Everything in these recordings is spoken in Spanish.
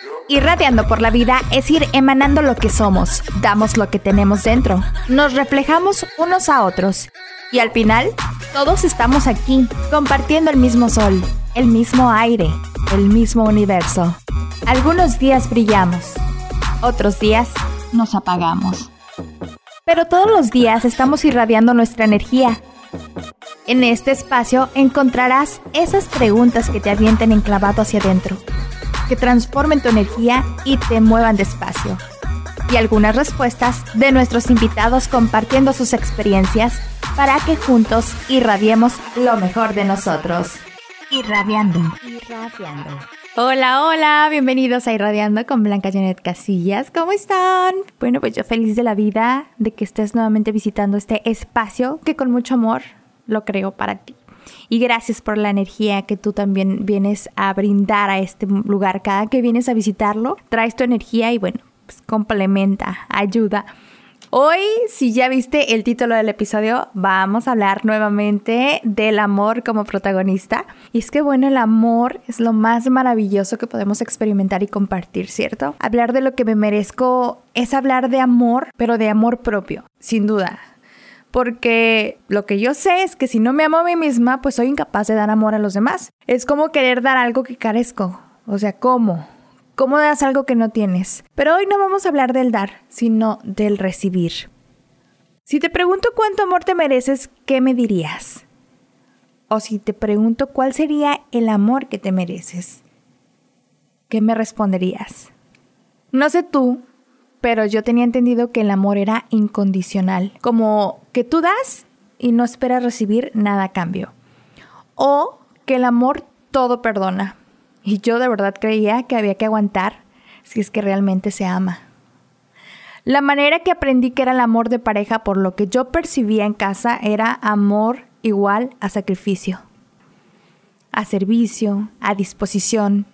Irradiando por la vida es ir emanando lo que somos, damos lo que tenemos dentro, nos reflejamos unos a otros y al final todos estamos aquí compartiendo el mismo sol, el mismo aire, el mismo universo. Algunos días brillamos, otros días nos apagamos. Pero todos los días estamos irradiando nuestra energía. En este espacio encontrarás esas preguntas que te avienten enclavado hacia adentro, que transformen tu energía y te muevan despacio. Y algunas respuestas de nuestros invitados compartiendo sus experiencias para que juntos irradiemos lo mejor de nosotros. Irradiando. Hola, bienvenidos a Irradiando con Blanca Janet Casillas. ¿Cómo están? Bueno, pues yo feliz de la vida de que estés nuevamente visitando este espacio que con mucho amor lo creo para ti. Y gracias por la energía que tú también vienes a brindar a este lugar. Cada que vienes a visitarlo, traes tu energía y bueno, pues complementa, ayuda. Hoy, si ya viste el título del episodio, vamos a hablar nuevamente del amor como protagonista. Y es que bueno, el amor es lo más maravilloso que podemos experimentar y compartir, ¿cierto? Hablar de lo que me merezco es hablar de amor, pero de amor propio, sin duda. Porque lo que yo sé es que si no me amo a mí misma, pues soy incapaz de dar amor a los demás. Es como querer dar algo que carezco. O sea, ¿cómo? ¿Cómo das algo que no tienes? Pero hoy no vamos a hablar del dar, sino del recibir. Si te pregunto cuánto amor te mereces, ¿qué me dirías? O si te pregunto cuál sería el amor que te mereces, ¿qué me responderías? No sé tú, pero yo tenía entendido que el amor era incondicional, como que tú das y no esperas recibir nada a cambio. O que el amor todo perdona. Y yo de verdad creía que había que aguantar si es que realmente se ama. La manera que aprendí que era el amor de pareja por lo que yo percibía en casa era amor igual a sacrificio, a servicio, a disposición.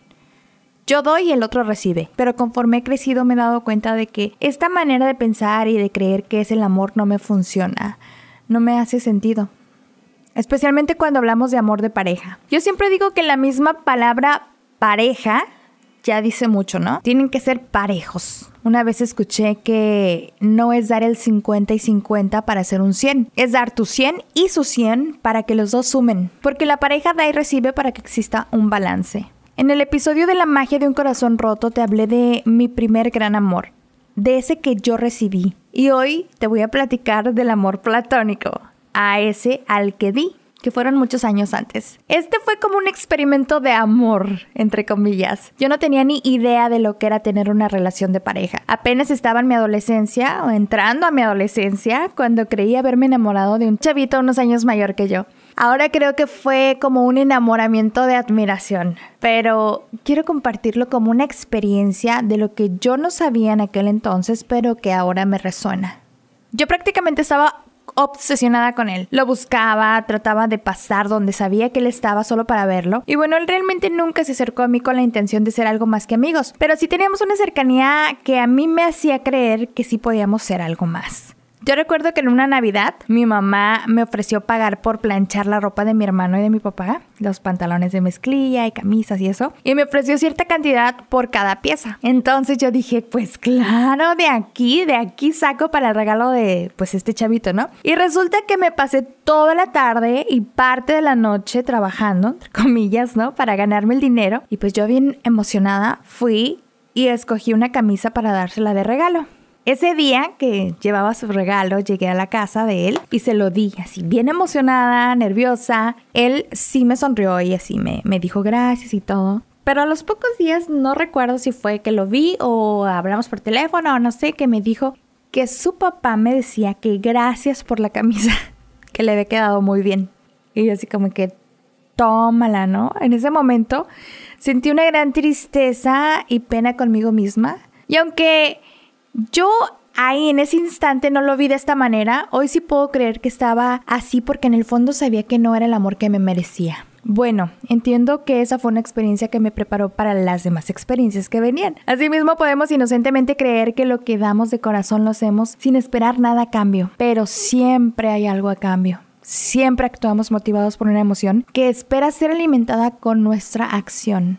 Yo doy y el otro recibe, pero conforme he crecido me he dado cuenta de que esta manera de pensar y de creer que es el amor no me funciona, no me hace sentido. Especialmente cuando hablamos de amor de pareja. Yo siempre digo que la misma palabra pareja ya dice mucho, ¿no? Tienen que ser parejos. Una vez escuché que no es dar el 50 y 50 para hacer un 100. Es dar tu 100 y su 100 para que los dos sumen. Porque la pareja da y recibe para que exista un balance. En el episodio de la magia de un corazón roto te hablé de mi primer gran amor. De ese que yo recibí. Y hoy te voy a platicar del amor platónico. A ese al que di, que fueron muchos años antes. Este fue como un experimento de amor, entre comillas. Yo no tenía ni idea de lo que era tener una relación de pareja. Apenas estaba en mi adolescencia, o entrando a mi adolescencia, cuando creí haberme enamorado de un chavito unos años mayor que yo. Ahora creo que fue como un enamoramiento de admiración, pero quiero compartirlo como una experiencia de lo que yo no sabía en aquel entonces, pero que ahora me resuena. Yo prácticamente estaba obsesionada con él. Lo buscaba, trataba de pasar donde sabía que él estaba solo para verlo. Y bueno, él realmente nunca se acercó a mí con la intención de ser algo más que amigos. Pero sí teníamos una cercanía que a mí me hacía creer que sí podíamos ser algo más. Yo recuerdo que en una Navidad mi mamá me ofreció pagar por planchar la ropa de mi hermano y de mi papá, los pantalones de mezclilla y camisas y eso, y me ofreció cierta cantidad por cada pieza. Entonces yo dije, pues claro, de aquí saco para el regalo de pues este chavito, ¿no? Y resulta que me pasé toda la tarde y parte de la noche trabajando, entre comillas, ¿no? Para ganarme el dinero. Y pues yo bien emocionada fui y escogí una camisa para dársela de regalo. Ese día que llevaba su regalo, llegué a la casa de él y se lo di, así bien emocionada, nerviosa. Él sí me sonrió y así me dijo gracias y todo. Pero a los pocos días, no recuerdo si fue que lo vi o hablamos por teléfono o no sé, que me dijo que su papá me decía que gracias por la camisa, que le había quedado muy bien. Y yo así como que, tómala, ¿no? En ese momento sentí una gran tristeza y pena conmigo misma. Y aunque yo ahí en ese instante no lo vi de esta manera, hoy sí puedo creer que estaba así porque en el fondo sabía que no era el amor que me merecía. Bueno, entiendo que esa fue una experiencia que me preparó para las demás experiencias que venían. Asimismo, podemos inocentemente creer que lo que damos de corazón lo hacemos sin esperar nada a cambio, pero siempre hay algo a cambio. Siempre actuamos motivados por una emoción que espera ser alimentada con nuestra acción.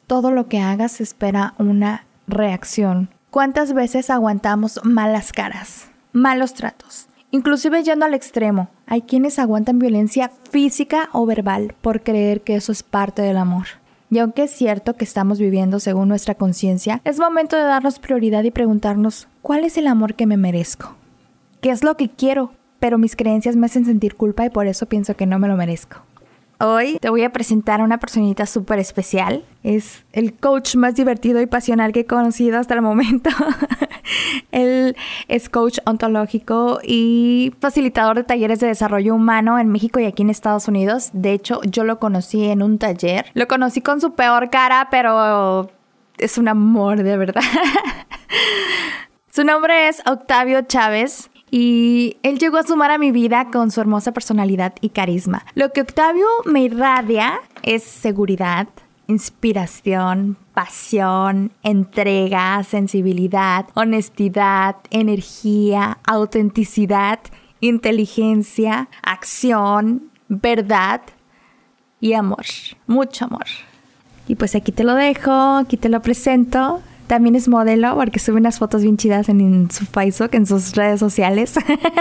todo lo que hagas espera una reacción. ¿Cuántas veces aguantamos malas caras, malos tratos? Inclusive yendo al extremo, hay quienes aguantan violencia física o verbal por creer que eso es parte del amor. Y aunque es cierto que estamos viviendo según nuestra conciencia, es momento de darnos prioridad y preguntarnos, ¿cuál es el amor que me merezco? ¿Qué es lo que quiero? Pero mis creencias me hacen sentir culpa y por eso pienso que no me lo merezco. Hoy te voy a presentar a una personita súper especial. Es el coach más divertido y pasional que he conocido hasta el momento. Él es coach ontológico y facilitador de talleres de desarrollo humano en México y aquí en Estados Unidos. De hecho, yo lo conocí en un taller. Lo conocí con su peor cara, pero es un amor de verdad. Su nombre es Octavio Chávez. Y él llegó a sumar a mi vida con su hermosa personalidad y carisma. Lo que Octavio me irradia es seguridad, inspiración, pasión, entrega, sensibilidad, honestidad, energía, autenticidad, inteligencia, acción, verdad y amor. Mucho amor. Y pues aquí te lo dejo, aquí te lo presento. También es modelo porque sube unas fotos bien chidas en su Facebook, en sus redes sociales.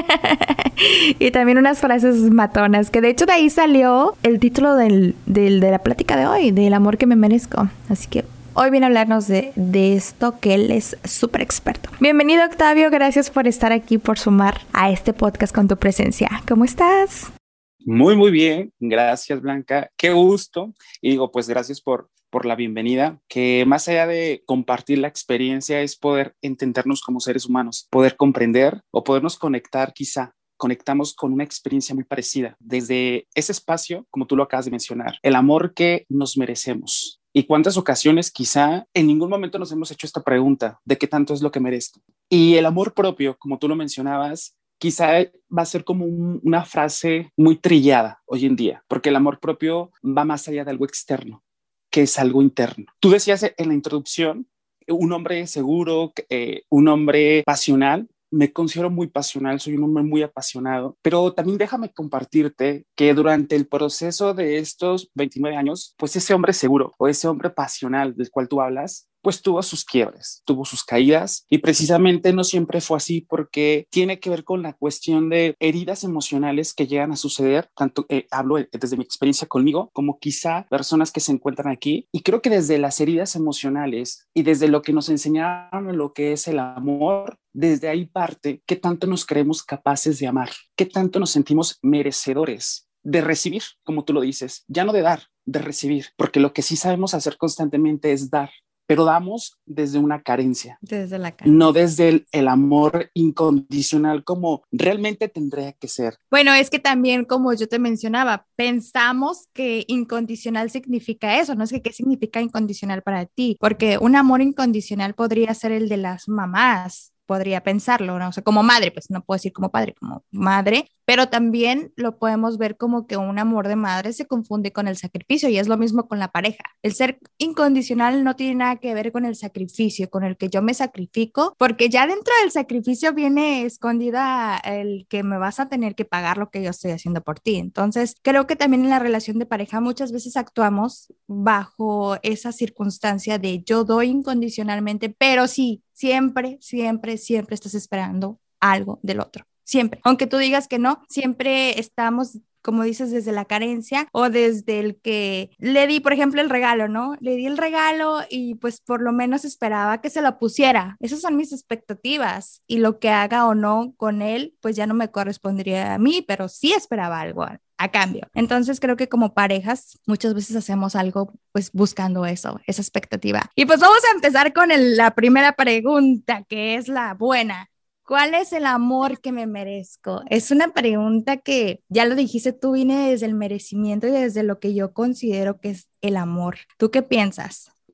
Y también unas frases matonas, que de hecho de ahí salió el título de la plática de hoy, del amor que me merezco. Así que hoy viene a hablarnos de esto, que él es súper experto. Bienvenido, Octavio, gracias por estar aquí, por sumar a este podcast con tu presencia. ¿Cómo estás? Muy, muy bien. Gracias, Blanca. Qué gusto. Y digo, pues gracias por la bienvenida, que más allá de compartir la experiencia es poder entendernos como seres humanos, poder comprender o podernos conectar quizá. Conectamos con una experiencia muy parecida. Desde ese espacio, como tú lo acabas de mencionar, el amor que nos merecemos. ¿Y cuántas ocasiones quizá en ningún momento nos hemos hecho esta pregunta de qué tanto es lo que merezco? Y el amor propio, como tú lo mencionabas, quizá va a ser como una frase muy trillada hoy en día, porque el amor propio va más allá de algo externo, que es algo interno. Tú decías en la introducción, un hombre seguro, un hombre pasional. Me considero muy pasional, soy un hombre muy apasionado, pero también déjame compartirte que durante el proceso de estos 29 años, pues ese hombre seguro o ese hombre pasional del cual tú hablas, pues tuvo sus quiebres, tuvo sus caídas y precisamente no siempre fue así porque tiene que ver con la cuestión de heridas emocionales que llegan a suceder, tanto hablo desde mi experiencia conmigo como quizá personas que se encuentran aquí, y creo que desde las heridas emocionales y desde lo que nos enseñaron lo que es el amor, desde ahí parte qué tanto nos creemos capaces de amar, qué tanto nos sentimos merecedores de recibir, como tú lo dices, ya no de dar, de recibir, porque lo que sí sabemos hacer constantemente es dar, pero damos desde una carencia. Desde la carencia. No desde el amor incondicional como realmente tendría que ser. Bueno, es que también, como yo te mencionaba, pensamos que incondicional significa eso, ¿no? Es que ¿qué significa incondicional para ti? Porque un amor incondicional podría ser el de las mamás. Podría pensarlo, ¿no? O sea, como madre, pues no puedo decir como padre, como madre, pero también lo podemos ver como que un amor de madre se confunde con el sacrificio y es lo mismo con la pareja. El ser incondicional no tiene nada que ver con el sacrificio, con el que yo me sacrifico, porque ya dentro del sacrificio viene escondida el que me vas a tener que pagar lo que yo estoy haciendo por ti. Entonces, creo que también en la relación de pareja muchas veces actuamos bajo esa circunstancia de yo doy incondicionalmente, pero sí, siempre, siempre, siempre estás esperando algo del otro. Siempre. Aunque tú digas que no, siempre estamos, como dices, desde la carencia o desde el que le di, por ejemplo, el regalo, ¿no? Le di el regalo y pues por lo menos esperaba que se lo pusiera. Esas son mis expectativas y lo que haga o no con él, pues ya no me correspondería a mí, pero sí esperaba algo a cambio. Entonces creo que como parejas muchas veces hacemos algo pues buscando eso, esa expectativa. Y pues vamos a empezar con la primera pregunta, que es la buena. ¿Cuál es el amor que me merezco? Es una pregunta que, ya lo dijiste tú, viene desde el merecimiento y desde lo que yo considero que es el amor. ¿Tú qué piensas? Mira,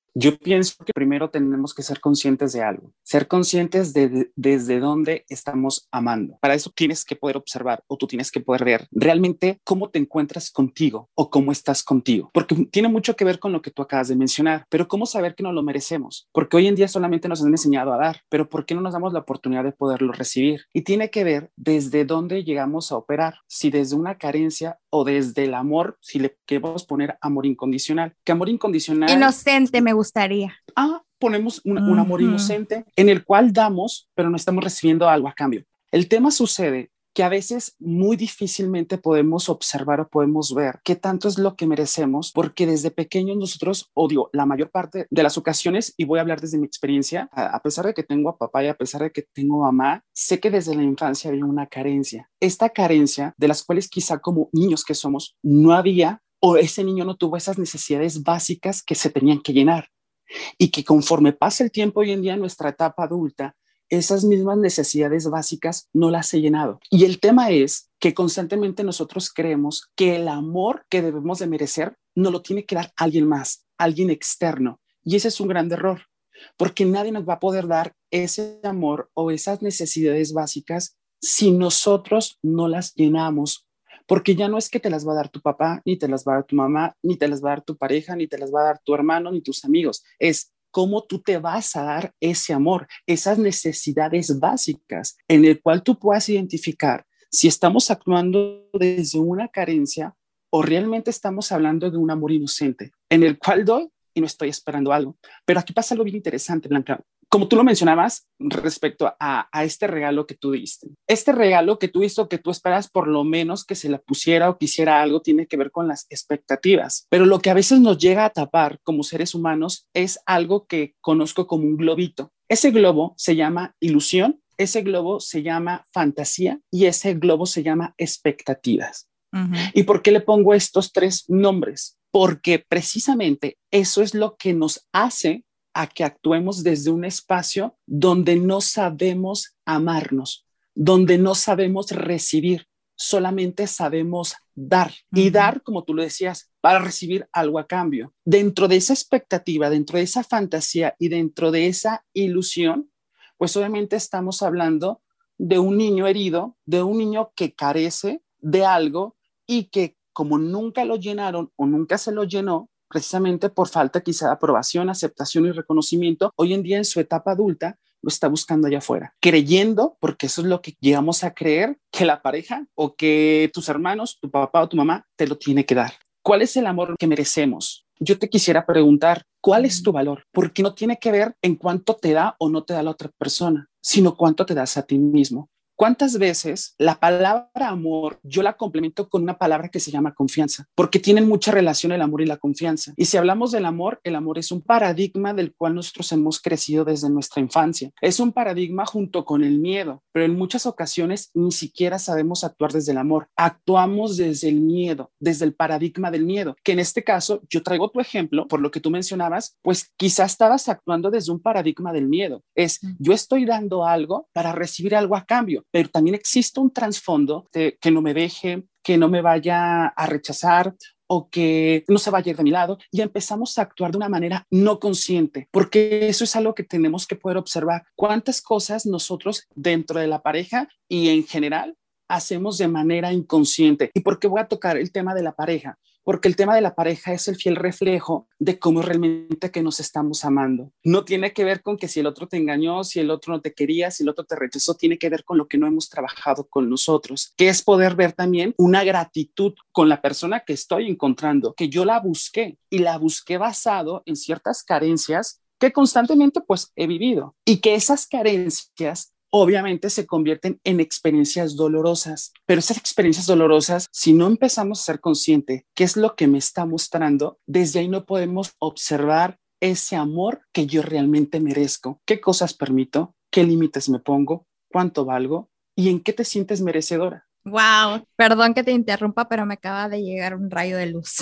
Yo pienso que primero tenemos que ser conscientes de algo, ser conscientes desde dónde estamos amando. Para eso tienes que poder observar o tú tienes que poder ver realmente cómo te encuentras contigo o cómo estás contigo, porque tiene mucho que ver con lo que tú acabas de mencionar, pero cómo saber que no lo merecemos, porque hoy en día solamente nos han enseñado a dar, pero ¿por qué no nos damos la oportunidad de poderlo recibir? Y tiene que ver desde dónde llegamos a operar, si desde una carencia o desde el amor, si le queremos poner amor incondicional, que amor incondicional Inocente me gustaría. ponemos un amor inocente en el cual damos, pero no estamos recibiendo algo a cambio. El tema sucede que a veces muy difícilmente podemos observar o podemos ver qué tanto es lo que merecemos, porque desde pequeños nosotros, odio la mayor parte de las ocasiones, y voy a hablar desde mi experiencia, a pesar de que tengo a papá y a pesar de que tengo a mamá, sé que desde la infancia había una carencia. Esta carencia de las cuales quizá como niños que somos no había, o ese niño no tuvo esas necesidades básicas que se tenían que llenar, y que conforme pasa el tiempo hoy en día en nuestra etapa adulta, esas mismas necesidades básicas no las he llenado. Y el tema es que constantemente nosotros creemos que el amor que debemos de merecer nos lo tiene que dar alguien más, alguien externo. Y ese es un gran error, porque nadie nos va a poder dar ese amor o esas necesidades básicas si nosotros no las llenamos, porque ya no es que te las va a dar tu papá, ni te las va a dar tu mamá, ni te las va a dar tu pareja, ni te las va a dar tu hermano, ni tus amigos. Es cómo tú te vas a dar ese amor, esas necesidades básicas en el cual tú puedas identificar si estamos actuando desde una carencia o realmente estamos hablando de un amor inocente en el cual doy y no estoy esperando algo. Pero aquí pasa algo bien interesante, Blanca. Como tú lo mencionabas respecto a este regalo que tú diste. Este regalo que tú diste o que tú esperas por lo menos que se la pusiera o quisiera algo tiene que ver con las expectativas. Pero lo que a veces nos llega a tapar como seres humanos es algo que conozco como un globito. Ese globo se llama ilusión, ese globo se llama fantasía y ese globo se llama expectativas. ¿Y por qué le pongo estos tres nombres? Porque precisamente eso es lo que nos hace a que actuemos desde un espacio donde no sabemos amarnos, donde no sabemos recibir, solamente sabemos dar. Y dar, como tú lo decías, para recibir algo a cambio. Dentro de esa expectativa, dentro de esa fantasía y dentro de esa ilusión, pues obviamente estamos hablando de un niño herido, de un niño que carece de algo y que como nunca lo llenaron o nunca se lo llenó, precisamente por falta quizá de aprobación, aceptación y reconocimiento, hoy en día en su etapa adulta lo está buscando allá afuera, creyendo, porque eso es lo que llegamos a creer, que la pareja o que tus hermanos, tu papá o tu mamá te lo tiene que dar. ¿Cuál es el amor que merecemos? Yo te quisiera preguntar, ¿cuál es tu valor? Porque no tiene que ver en cuánto te da o no te da la otra persona, sino cuánto te das a ti mismo. ¿Cuántas veces la palabra amor yo la complemento con una palabra que se llama confianza? Porque tienen mucha relación el amor y la confianza. Y si hablamos del amor, el amor es un paradigma del cual nosotros hemos crecido desde nuestra infancia. Es un paradigma junto con el miedo, pero en muchas ocasiones ni siquiera sabemos actuar desde el amor. Actuamos desde el miedo, desde el paradigma del miedo, que en este caso yo traigo tu ejemplo, por lo que tú mencionabas, pues quizás estabas actuando desde un paradigma del miedo. Es yo estoy dando algo para recibir algo a cambio, pero también existe un trasfondo de que no me deje, que no me vaya a rechazar o que no se vaya a ir de mi lado y empezamos a actuar de una manera no consciente, porque eso es algo que tenemos que poder observar. ¿Cuántas cosas nosotros dentro de la pareja y en general hacemos de manera inconsciente? ¿Y por qué voy a tocar el tema de la pareja? Porque el tema de la pareja es el fiel reflejo de cómo realmente que nos estamos amando. No tiene que ver con que si el otro te engañó, si el otro no te quería, si el otro te rechazó, tiene que ver con lo que no hemos trabajado con nosotros, que es poder ver también una gratitud con la persona que estoy encontrando, que yo la busqué y la busqué basado en ciertas carencias que constantemente pues he vivido y que esas carencias obviamente se convierten en experiencias dolorosas, pero esas experiencias dolorosas, si no empezamos a ser consciente qué es lo que me está mostrando, desde ahí no podemos observar ese amor que yo realmente merezco, qué cosas permito, qué límites me pongo, cuánto valgo y en qué te sientes merecedora. Wow, perdón que te interrumpa, pero me acaba de llegar un rayo de luz.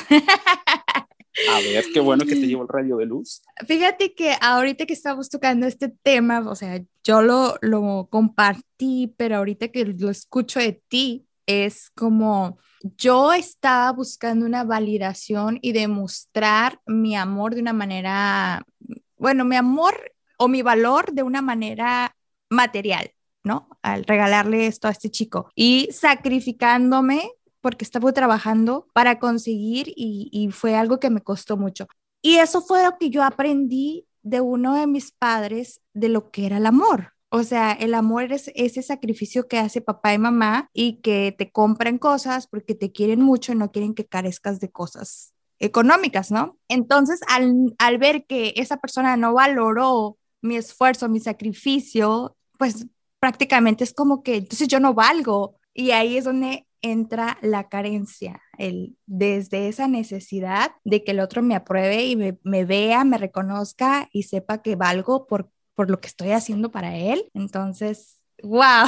A ver, qué bueno que te llevo el rayo de luz. Fíjate que ahorita que estamos tocando este tema, o sea, yo lo compartí, pero ahorita que lo escucho de ti, es como yo estaba buscando una validación y demostrar mi amor de una manera bueno, mi amor o mi valor de una manera material, ¿no? Al regalarle esto a este chico y sacrificándome porque estaba trabajando para conseguir y fue algo que me costó mucho. Y eso fue lo que yo aprendí de uno de mis padres de lo que era el amor. O sea, el amor es ese sacrificio que hace papá y mamá y que te compran cosas porque te quieren mucho y no quieren que carezcas de cosas económicas, ¿no? Entonces, al ver que esa persona no valoró mi esfuerzo, mi sacrificio, pues prácticamente es como que entonces yo no valgo. Y ahí es donde entra la carencia, desde esa necesidad de que el otro me apruebe y me vea, me reconozca y sepa que valgo por lo que estoy haciendo para él. Entonces, wow.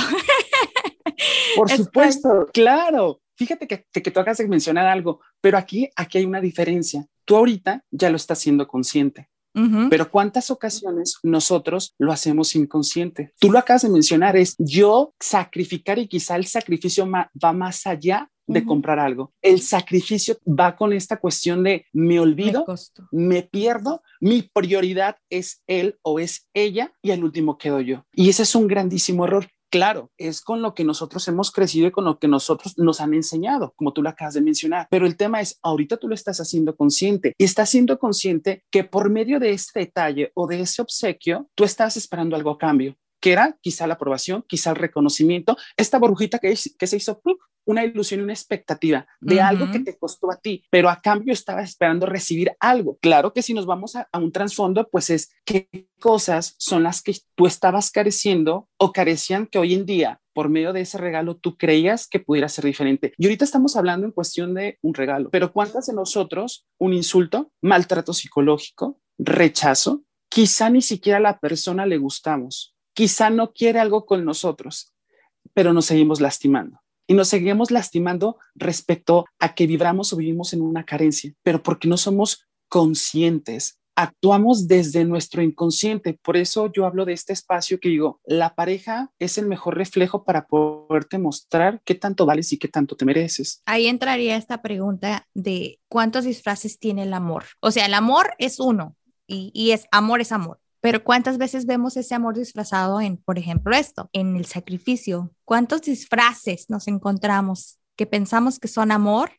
Por Estoy. supuesto, claro. Fíjate que tú acabas de mencionar algo, pero aquí hay una diferencia. Tú ahorita ya lo estás siendo consciente. Ujú. Pero ¿cuántas ocasiones nosotros lo hacemos inconsciente? Tú lo acabas de mencionar, es yo sacrificar y quizá el sacrificio va más allá de Ujú. comprar algo. El sacrificio va con esta cuestión de me Me olvido, costó. me pierdo, mi prioridad es él o es ella y al último quedo yo. Y ese es un grandísimo error. Claro, es con lo que nosotros hemos crecido y con lo que nosotros nos han enseñado, como tú lo acabas de mencionar. Pero el tema es, ahorita tú lo estás haciendo consciente y estás siendo consciente que por medio de este detalle o de ese obsequio, tú estás esperando algo a cambio, que era quizá la aprobación, quizá el reconocimiento, esta burbujita que se hizo ¡pum! Una ilusión, una expectativa de algo que Ujú. te costó a ti, pero a cambio estabas esperando recibir algo. Claro que si nos vamos a un trasfondo, pues es qué cosas son las que tú estabas careciendo o carecían que hoy en día por medio de ese regalo tú creías que pudiera ser diferente. Y ahorita estamos hablando en cuestión de un regalo, pero ¿cuántas de nosotros un insulto, maltrato psicológico, rechazo? Quizá ni siquiera a la persona le gustamos, quizá no quiere algo con nosotros, pero nos seguimos lastimando. Y nos seguimos lastimando respecto a que vibramos o vivimos en una carencia, pero porque no somos conscientes. Actuamos desde nuestro inconsciente. Por eso yo hablo de este espacio que digo, la pareja es el mejor reflejo para poderte mostrar qué tanto vales y qué tanto te mereces. Ahí entraría esta pregunta de cuántos disfraces tiene el amor. O sea, el amor es uno y es amor. Pero ¿cuántas veces vemos ese amor disfrazado en, por ejemplo, esto, en el sacrificio? ¿Cuántos disfraces nos encontramos que pensamos que son amor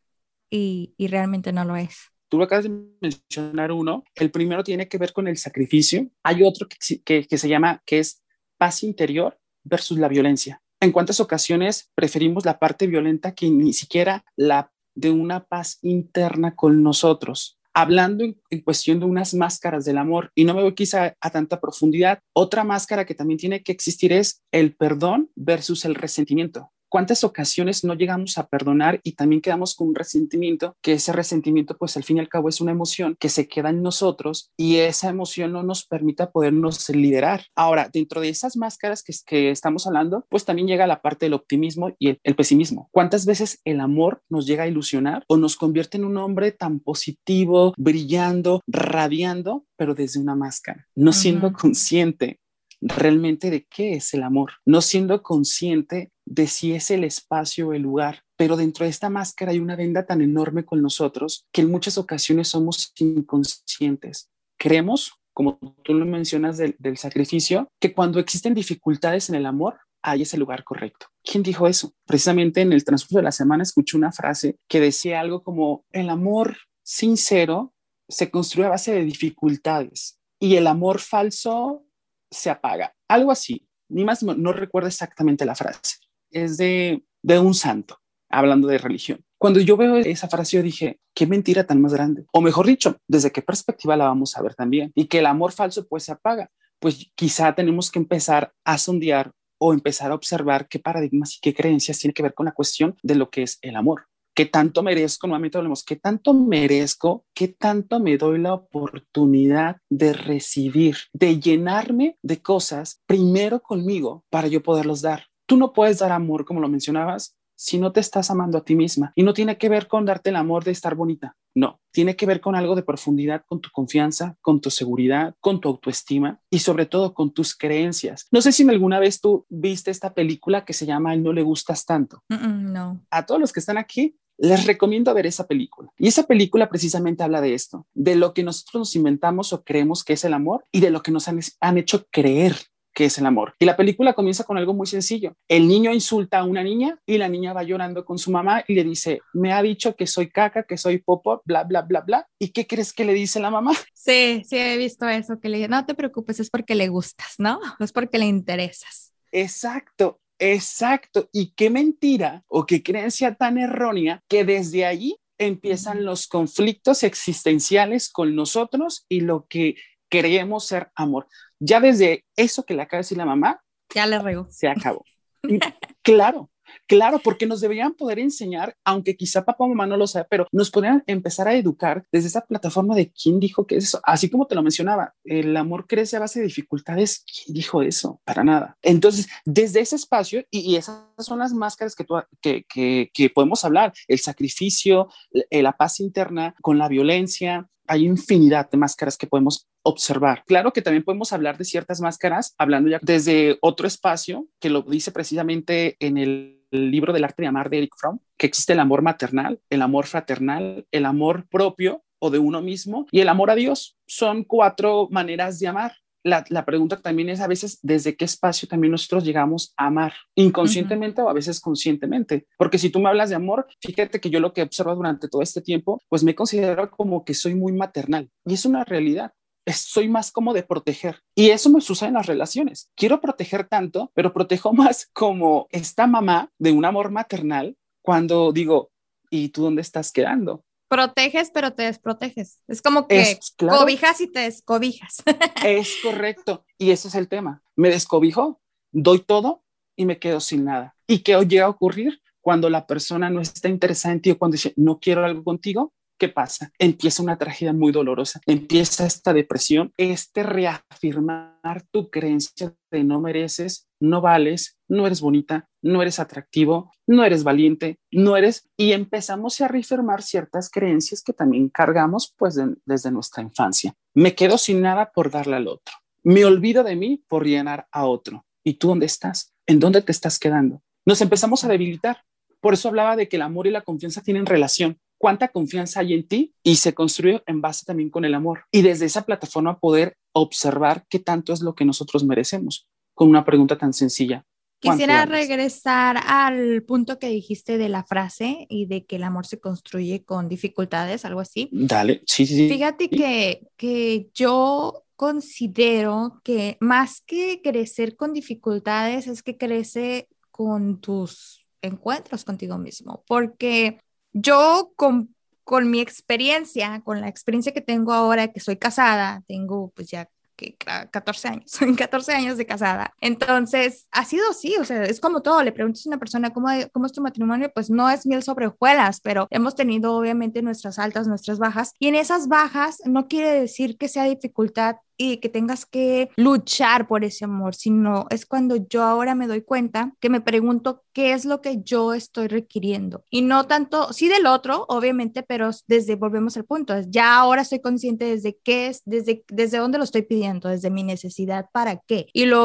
y realmente no lo es? Tú lo acabas de mencionar uno. El primero tiene que ver con el sacrificio. Hay otro que se llama, que es paz interior versus la violencia. ¿En cuántas ocasiones preferimos la parte violenta que ni siquiera la de una paz interna con nosotros? Hablando en cuestión de unas máscaras del amor, y no me voy quizá a tanta profundidad, otra máscara que también tiene que existir es el perdón versus el resentimiento. ¿Cuántas ocasiones no llegamos a perdonar y también quedamos con un resentimiento? Que ese resentimiento, pues al fin y al cabo, es una emoción que se queda en nosotros y esa emoción no nos permite podernos liderar. Ahora, dentro de esas máscaras que estamos hablando, pues también llega la parte del optimismo y el pesimismo. ¿Cuántas veces el amor nos llega a ilusionar o nos convierte en un hombre tan positivo, brillando, radiando, pero desde una máscara, no siendo Ujú. consciente realmente de qué es el amor, no siendo consciente de si es el espacio o el lugar, pero dentro de esta máscara hay una venda tan enorme con nosotros que en muchas ocasiones somos inconscientes. Creemos, como tú lo mencionas del sacrificio, que cuando existen dificultades en el amor, hay ese lugar correcto. ¿Quién dijo eso? Precisamente en el transcurso de la semana escuché una frase que decía algo como el amor sincero se construye a base de dificultades y el amor falso se apaga. Algo así. Ni más no recuerdo exactamente la frase. Es de un santo, hablando de religión. Cuando yo veo esa frase, yo dije, qué mentira tan más grande. O mejor dicho, desde qué perspectiva la vamos a ver también. Y que el amor falso pues se apaga. Pues quizá tenemos que empezar a sondear o empezar a observar qué paradigmas y qué creencias tiene que ver con la cuestión de lo que es el amor. ¿Qué tanto merezco? Nuevamente hablemos, ¿qué tanto merezco? ¿Qué tanto me doy la oportunidad de recibir, de llenarme de cosas primero conmigo para yo poderlos dar? Tú no puedes dar amor, como lo mencionabas, si no te estás amando a ti misma. Y no tiene que ver con darte el amor de estar bonita. No, tiene que ver con algo de profundidad, con tu confianza, con tu seguridad, con tu autoestima y sobre todo con tus creencias. No sé si alguna vez tú viste esta película que se llama Él no le gustas tanto. No. A todos los que están aquí Les recomiendo ver esa película. Y esa película precisamente habla de esto, de lo que nosotros nos inventamos o creemos que es el amor y de lo que nos han hecho creer que es el amor. Y la película comienza con algo muy sencillo. El niño insulta a una niña y la niña va llorando con su mamá y le dice, me ha dicho que soy caca, que soy popo, bla, bla, bla, bla. ¿Y qué crees que le dice la mamá? Sí, sí, he visto eso, que le dice, no te preocupes, es porque le gustas, ¿no? No es porque le interesas. Exacto. Exacto. Y qué mentira o qué creencia tan errónea que desde allí empiezan los conflictos existenciales con nosotros y lo que creemos ser amor. Ya desde eso que le acaba de decir la mamá, ya le regó. Se acabó. Y claro, claro, porque nos deberían poder enseñar, aunque quizá papá o mamá no lo sabe, pero nos podrían empezar a educar desde esa plataforma de quién dijo que es eso. Así como te lo mencionaba, el amor crece a base de dificultades. ¿Quién dijo eso? Para nada. Entonces, desde ese espacio, y esas son las máscaras que podemos hablar, el sacrificio, la paz interna con la violencia. Hay infinidad de máscaras que podemos observar. Claro que también podemos hablar de ciertas máscaras, hablando ya desde otro espacio, que lo dice precisamente en el libro del arte de amar de Eric Fromm, que existe el amor maternal, el amor fraternal, el amor propio o de uno mismo y el amor a Dios. Son 4 maneras de amar. La pregunta también es a veces desde qué espacio también nosotros llegamos a amar, inconscientemente o a veces conscientemente. Porque si tú me hablas de amor, fíjate que yo lo que he observado durante todo este tiempo, pues me considero como que soy muy maternal y es una realidad. Soy más como de proteger y eso me sucede en las relaciones. Quiero proteger tanto, pero protejo más como esta mamá de un amor maternal cuando digo, ¿y tú dónde estás quedando? Proteges, pero te desproteges. Es como que Es claro, cobijas y te descobijas. es correcto. Y ese es el tema. Me descobijo, doy todo y me quedo sin nada. ¿Y qué llega a ocurrir cuando la persona no está interesada en ti o cuando dice, no quiero algo contigo? ¿Qué pasa? Empieza una tragedia muy dolorosa, empieza esta depresión, este reafirmar tu creencia de no mereces, no vales, no eres bonita, no eres atractivo, no eres valiente, no eres, y empezamos a reafirmar ciertas creencias que también cargamos pues desde nuestra infancia. Me quedo sin nada por darle al otro, me olvido de mí por llenar a otro. ¿Y tú dónde estás? ¿En dónde te estás quedando? Nos empezamos a debilitar. Por eso hablaba de que el amor y la confianza tienen relación. ¿Cuánta confianza hay en ti? Y se construye en base también con el amor. Y desde esa plataforma poder observar qué tanto es lo que nosotros merecemos. Con una pregunta tan sencilla. Quisiera regresar al punto que dijiste de la frase y de que el amor se construye con dificultades, algo así. Dale, sí, sí, sí. Fíjate que yo considero que más que crecer con dificultades es que crece con tus encuentros contigo mismo, porque yo con mi experiencia, con la experiencia que tengo ahora, que soy casada, tengo pues ya que 14 años, 14 años de casada. Entonces, ha sido así, o sea, es como todo, le preguntas a una persona cómo es tu matrimonio, pues no es miel sobre hojuelas, pero hemos tenido obviamente nuestras altas, nuestras bajas, y en esas bajas no quiere decir que sea dificultad y que tengas que luchar por ese amor, sino es cuando yo ahora me doy cuenta que me pregunto qué es lo que yo estoy requiriendo y no tanto, sí del otro, obviamente, pero volvemos al punto, ya ahora soy consciente desde qué es, desde dónde lo estoy pidiendo, desde mi necesidad, para qué.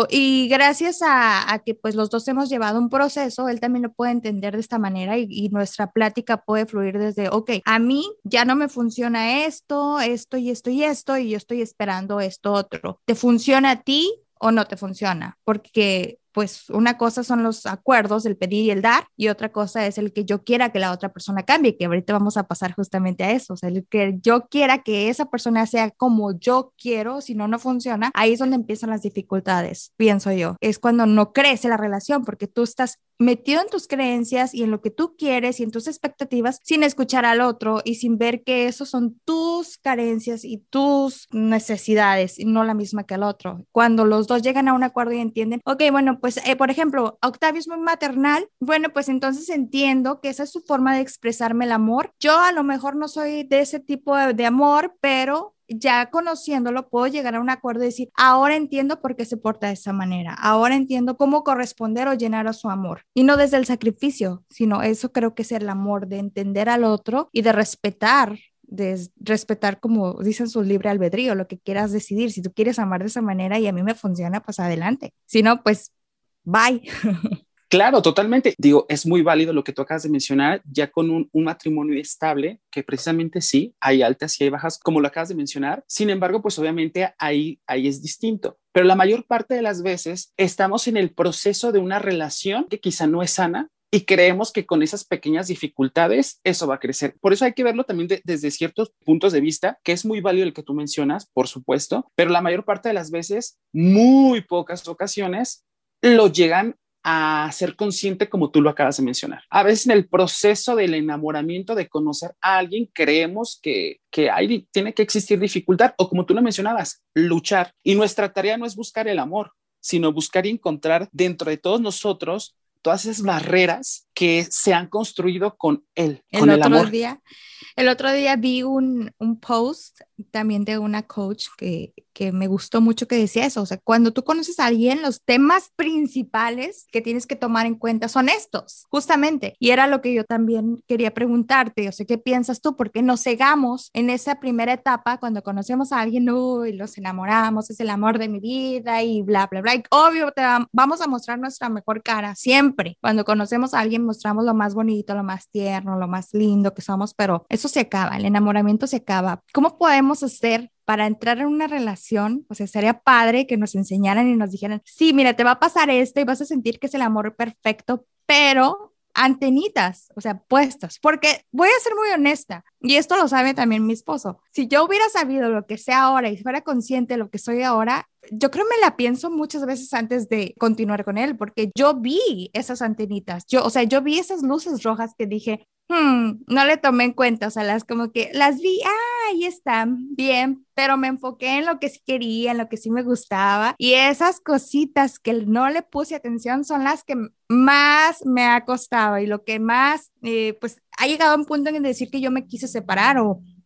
Y gracias a que pues los dos hemos llevado un proceso, él también lo puede entender de esta manera y nuestra plática puede fluir desde, ok, a mí ya no me funciona esto y esto y esto, y yo estoy esperando esto otro. ¿Te funciona a ti o no te funciona? Porque pues una cosa son los acuerdos, el pedir y el dar, y otra cosa es el que yo quiera que la otra persona cambie, que ahorita vamos a pasar justamente a eso, o sea, el que yo quiera que esa persona sea como yo quiero, si no, no funciona, ahí es donde empiezan las dificultades, pienso yo, es cuando no crece la relación, porque tú estás metido en tus creencias y en lo que tú quieres y en tus expectativas sin escuchar al otro y sin ver que esos son tus carencias y tus necesidades y no la misma que el otro. Cuando los dos llegan a un acuerdo y entienden, ok, bueno, pues por ejemplo, Octavio es muy maternal, bueno, pues entonces entiendo que esa es su forma de expresarme el amor. Yo a lo mejor no soy de ese tipo de amor, pero ya conociéndolo puedo llegar a un acuerdo y decir, ahora entiendo por qué se porta de esa manera, ahora entiendo cómo corresponder o llenar a su amor. Y no desde el sacrificio, sino eso creo que es el amor, de entender al otro y de respetar, como dicen, su libre albedrío, lo que quieras decidir. Si tú quieres amar de esa manera y a mí me funciona, pues adelante. Si no, pues bye. Claro, totalmente. Digo, es muy válido lo que tú acabas de mencionar, ya con un matrimonio estable, que precisamente sí, hay altas y hay bajas, como lo acabas de mencionar. Sin embargo, pues obviamente ahí es distinto. Pero la mayor parte de las veces estamos en el proceso de una relación que quizá no es sana, y creemos que con esas pequeñas dificultades eso va a crecer. Por eso hay que verlo también desde ciertos puntos de vista, que es muy válido el que tú mencionas, por supuesto, pero la mayor parte de las veces, muy pocas ocasiones, lo llegan a ser consciente como tú lo acabas de mencionar. A veces en el proceso del enamoramiento, de conocer a alguien, creemos que tiene que existir dificultad o, como tú lo mencionabas, luchar. Y nuestra tarea no es buscar el amor, sino buscar y encontrar dentro de todos nosotros todas esas barreras que se han construido con él, con el amor. El otro día vi un post también de una coach que me gustó mucho, que decía eso. O sea, cuando tú conoces a alguien, los temas principales que tienes que tomar en cuenta son estos, justamente. Y era lo que yo también quería preguntarte. O sea, ¿qué piensas tú? ¿Por qué nos cegamos en esa primera etapa cuando conocemos a alguien? Uy, los enamoramos, es el amor de mi vida y bla, bla, bla. Y obvio, vamos a mostrar nuestra mejor cara siempre. Cuando conocemos a alguien, mostramos lo más bonito, lo más tierno, lo más lindo que somos, pero eso se acaba, el enamoramiento se acaba. ¿Cómo podemos hacer para entrar en una relación? O sea, sería padre que nos enseñaran y nos dijeran, sí, mira, te va a pasar esto y vas a sentir que es el amor perfecto, pero antenitas, o sea, puestas, porque voy a ser muy honesta, y esto lo sabe también mi esposo. Si yo hubiera sabido lo que sé ahora y fuera consciente de lo que soy ahora, yo creo me la pienso muchas veces antes de continuar con él, porque yo vi esas antenitas, o sea, yo vi esas luces rojas que dije, no le tomé en cuenta, o sea, las como que las vi, ahí están, bien, pero me enfoqué en lo que sí quería, en lo que sí me gustaba, y esas cositas que no le puse atención son las que más me ha costado y lo que más, pues, ha llegado a un punto en decir que yo me quise separar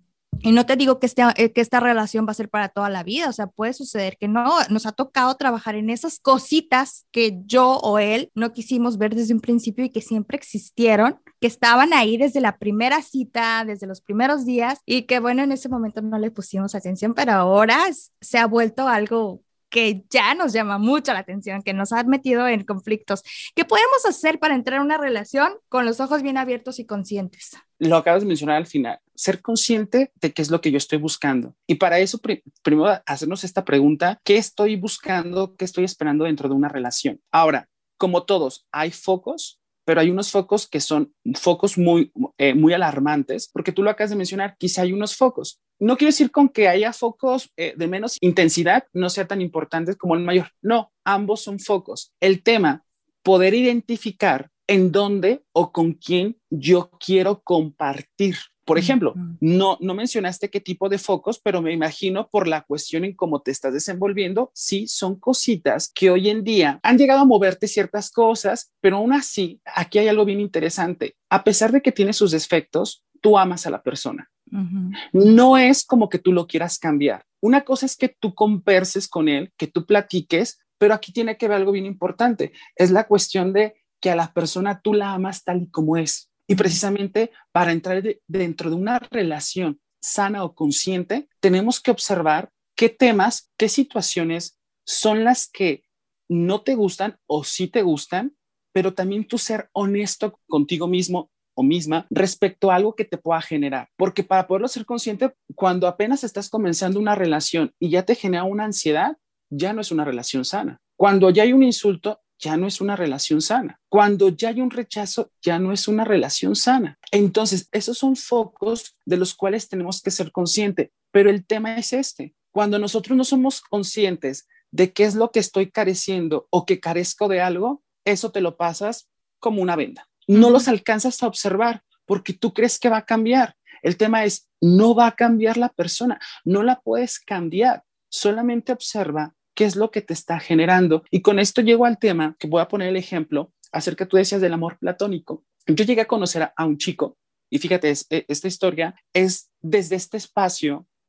y no te digo que esta relación va a ser para toda la vida, o sea, puede suceder que no, nos ha tocado trabajar en esas cositas que yo o él no quisimos ver desde un principio y que siempre existieron, que estaban ahí desde la primera cita, desde los primeros días y que bueno, en ese momento no le pusimos atención, pero ahora se ha vuelto algo que ya nos llama mucho la atención, que nos ha metido en conflictos. ¿Qué podemos hacer para entrar en una relación con los ojos bien abiertos y conscientes? Lo acabas de mencionar al final, ser consciente de qué es lo que yo estoy buscando. Y para eso, primero hacernos esta pregunta: ¿qué estoy buscando? ¿Qué estoy esperando dentro de una relación? Ahora, como todos, hay focos, pero hay unos focos que son focos muy alarmantes, porque tú lo acabas de mencionar, quizá hay unos focos. No quiero decir con que haya focos de menos intensidad, no sea tan importantes como el mayor. No, ambos son focos. El tema, poder identificar en dónde o con quién yo quiero compartir. Por ejemplo, no mencionaste qué tipo de focos, pero me imagino por la cuestión en cómo te estás desenvolviendo, sí, son cositas que hoy en día han llegado a moverte ciertas cosas, pero aún así, aquí hay algo bien interesante. A pesar de que tiene sus defectos, tú amas a la persona. No es como que tú lo quieras cambiar. Una cosa es que tú converses con él, que tú platiques, pero aquí tiene que ver algo bien importante. Es la cuestión de que a la persona tú la amas tal y como es. Y precisamente para entrar dentro de una relación sana o consciente, tenemos que observar qué temas, qué situaciones son las que no te gustan o sí te gustan, pero también tú ser honesto contigo mismo o misma respecto a algo que te pueda generar. Porque para poderlo ser consciente, cuando apenas estás comenzando una relación y ya te genera una ansiedad, ya no es una relación sana. Cuando ya hay un insulto, ya no es una relación sana. Cuando ya hay un rechazo, ya no es una relación sana. Entonces, esos son focos de los cuales tenemos que ser conscientes. Pero el tema es este: cuando nosotros no somos conscientes de qué es lo que estoy careciendo o que carezco de algo, eso te lo pasas como una venda. No los alcanzas a observar porque tú crees que va a cambiar. El tema es, no va a cambiar la persona, no la puedes cambiar. Solamente observa qué es lo que te está generando. Y con esto llego al tema que voy a poner el ejemplo acerca, tú decías, del amor platónico. Yo llegué a conocer a un chico y fíjate, esta historia es desde este espacio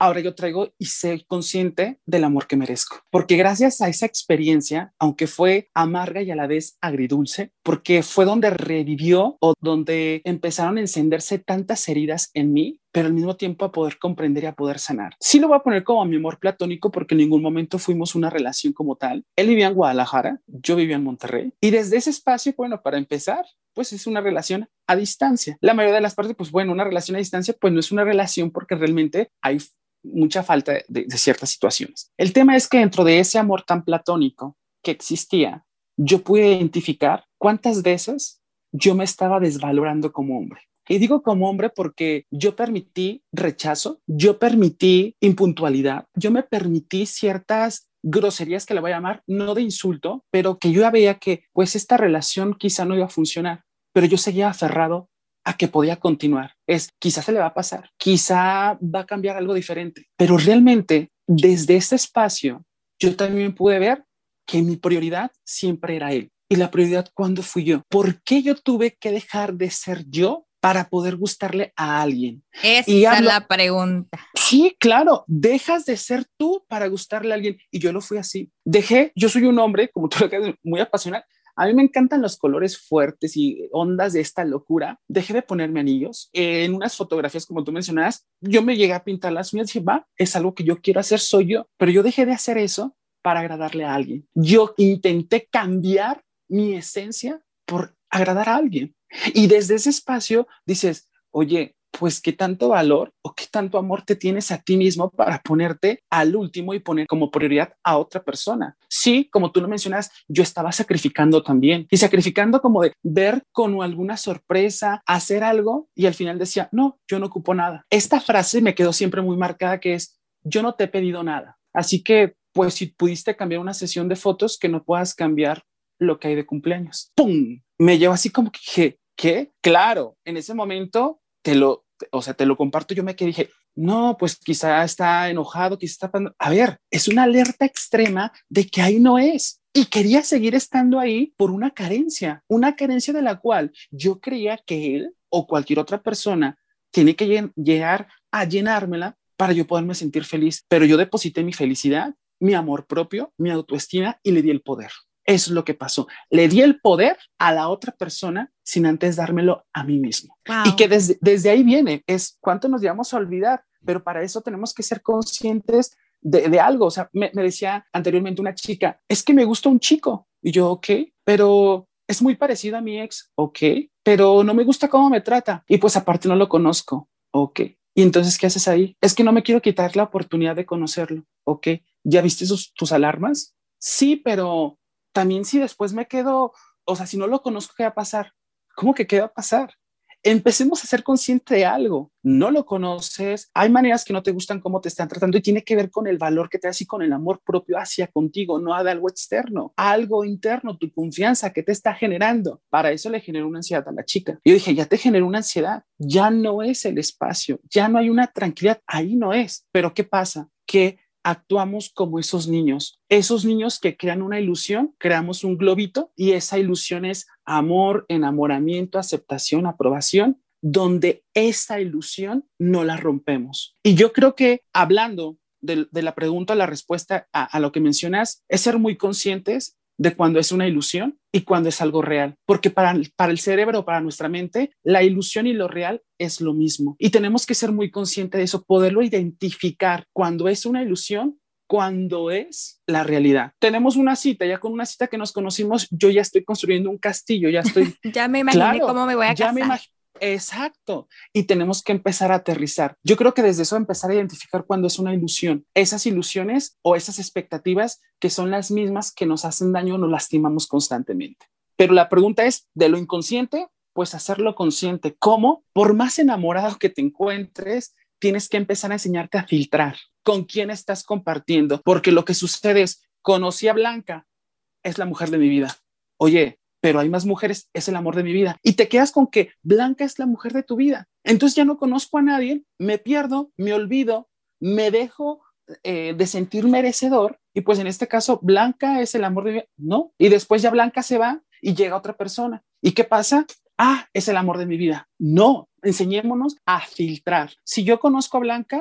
ahora yo traigo y soy consciente del amor que merezco. Porque gracias a esa experiencia, aunque fue amarga y a la vez agridulce, porque fue donde revivió o donde empezaron a encenderse tantas heridas en mí, pero al mismo tiempo a poder comprender y a poder sanar. Sí lo voy a poner como mi amor platónico porque en ningún momento fuimos una relación como tal. Él vivía en Guadalajara, yo vivía en Monterrey. Y desde ese espacio, bueno, para empezar, pues es una relación a distancia. La mayoría de las partes, pues bueno, una relación a distancia, pues no es una relación porque realmente hay mucha falta de ciertas situaciones. El tema es que dentro de ese amor tan platónico que existía, yo pude identificar cuántas veces yo me estaba desvalorando como hombre. Y digo como hombre porque yo permití rechazo, yo permití impuntualidad, yo me permití ciertas groserías que le voy a llamar, no de insulto, pero que yo ya veía que pues esta relación quizá no iba a funcionar, pero yo seguía aferrado a que podía continuar. Quizá se le va a pasar, quizá va a cambiar algo diferente, pero realmente desde ese espacio yo también pude ver que mi prioridad siempre era él. Y la prioridad, ¿cuándo fui yo? ¿Por qué yo tuve que dejar de ser yo para poder gustarle a alguien? Esa es la pregunta. Sí, claro, dejas de ser tú para gustarle a alguien. Y yo lo fui así. Yo soy un hombre, como tú lo que muy apasionado. A mí me encantan los colores fuertes y ondas de esta locura. Dejé de ponerme anillos. En unas fotografías, como tú mencionabas, yo me llegué a pintar las uñas y dije, va, es algo que yo quiero hacer, soy yo. Pero yo dejé de hacer eso para agradarle a alguien. Yo intenté cambiar mi esencia por agradar a alguien. Y desde ese espacio dices, oye, pues qué tanto valor o qué tanto amor te tienes a ti mismo para ponerte al último y poner como prioridad a otra persona. Sí, como tú lo mencionas, yo estaba sacrificando también y sacrificando como de ver con alguna sorpresa, hacer algo y al final decía, no, yo no ocupo nada. Esta frase me quedó siempre muy marcada que es, yo no te he pedido nada. Así que, pues si pudiste cambiar una sesión de fotos, que no puedas cambiar lo que hay de cumpleaños. ¡Pum! Me llevo así como que dije, ¿qué? Claro, en ese momento te lo comparto. Yo me quedé, dije, no, pues quizá está enojado, quizá está... A ver, es una alerta extrema de que ahí no es. Y quería seguir estando ahí por una carencia de la cual yo creía que él o cualquier otra persona tiene que llegar a llenármela para yo poderme sentir feliz. Pero yo deposité mi felicidad, mi amor propio, mi autoestima y le di el poder. Eso es lo que pasó. Le di el poder a la otra persona sin antes dármelo a mí mismo. Wow. Y que desde ahí viene, es cuánto nos llevamos a olvidar, pero para eso tenemos que ser conscientes de algo. O sea, me decía anteriormente una chica, es que me gusta un chico. Y yo, ok, pero es muy parecido a mi ex, ok, pero no me gusta cómo me trata. Y pues aparte no lo conozco, ok. Y entonces, ¿qué haces ahí? Es que no me quiero quitar la oportunidad de conocerlo, ok. ¿Ya viste tus alarmas? Sí, pero también si después me quedo, o sea, si no lo conozco, ¿qué va a pasar? ¿Cómo que qué va a pasar? Empecemos a ser consciente de algo. No lo conoces, hay maneras que no te gustan cómo te están tratando y tiene que ver con el valor que te das y con el amor propio hacia contigo, no de algo externo, algo interno, tu confianza que te está generando. Para eso le generó una ansiedad a la chica. Yo dije, ya te generó una ansiedad, ya no es el espacio, ya no hay una tranquilidad, ahí no es. Pero ¿qué pasa? Que actuamos como esos niños que crean una ilusión, creamos un globito y esa ilusión es amor, enamoramiento, aceptación, aprobación, donde esa ilusión no la rompemos. Y yo creo que hablando de la pregunta, la respuesta a lo que mencionas, es ser muy conscientes de cuando es una ilusión y cuando es algo real, porque para el cerebro, para nuestra mente, la ilusión y lo real es lo mismo y tenemos que ser muy conscientes de eso, poderlo identificar cuando es una ilusión, cuando es la realidad. Tenemos una cita, ya con una cita que nos conocimos, yo ya estoy construyendo un castillo, ya estoy... ya me imaginé cómo me voy a casar. Exacto. Y tenemos que empezar a aterrizar. Yo creo que desde eso empezar a identificar cuando es una ilusión. Esas ilusiones o esas expectativas que son las mismas que nos hacen daño o nos lastimamos constantemente. Pero la pregunta es, de lo inconsciente, pues hacerlo consciente. ¿Cómo? Por más enamorado que te encuentres, tienes que empezar a enseñarte a filtrar con quién estás compartiendo. Porque lo que sucede es, conocí a Blanca, es la mujer de mi vida. Oye, pero hay más mujeres, es el amor de mi vida. Y te quedas con que Blanca es la mujer de tu vida. Entonces ya no conozco a nadie, me pierdo, me olvido, me dejo de sentir merecedor. Y pues en este caso, Blanca es el amor de mi vida. No. Y después ya Blanca se va y llega otra persona. ¿Y qué pasa? Ah, es el amor de mi vida. No, enseñémonos a filtrar. Si yo conozco a Blanca,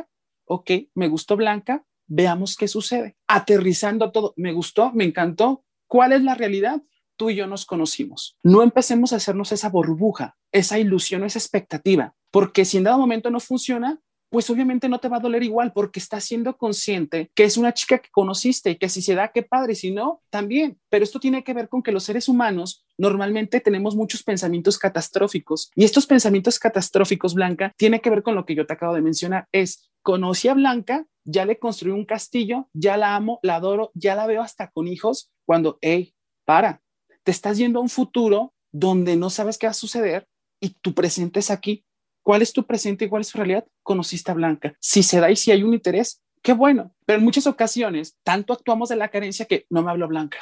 ok, me gustó Blanca, veamos qué sucede. Aterrizando todo, me gustó, me encantó. ¿Cuál es la realidad? Tú y yo nos conocimos. No empecemos a hacernos esa burbuja, esa ilusión, esa expectativa, porque si en dado momento no funciona, pues obviamente no te va a doler igual porque estás siendo consciente que es una chica que conociste y que si se da, qué padre, si no, también. Pero esto tiene que ver con que los seres humanos normalmente tenemos muchos pensamientos catastróficos y estos pensamientos catastróficos, Blanca, tiene que ver con lo que yo te acabo de mencionar. Es, conocí a Blanca, ya le construí un castillo, ya la amo, la adoro, ya la veo hasta con hijos, cuando, hey, para, te estás yendo a un futuro donde no sabes qué va a suceder y tu presente es aquí. ¿Cuál es tu presente y cuál es tu realidad? Conociste a Blanca. Si se da y si hay un interés, qué bueno. Pero en muchas ocasiones, tanto actuamos de la carencia que no me habló Blanca.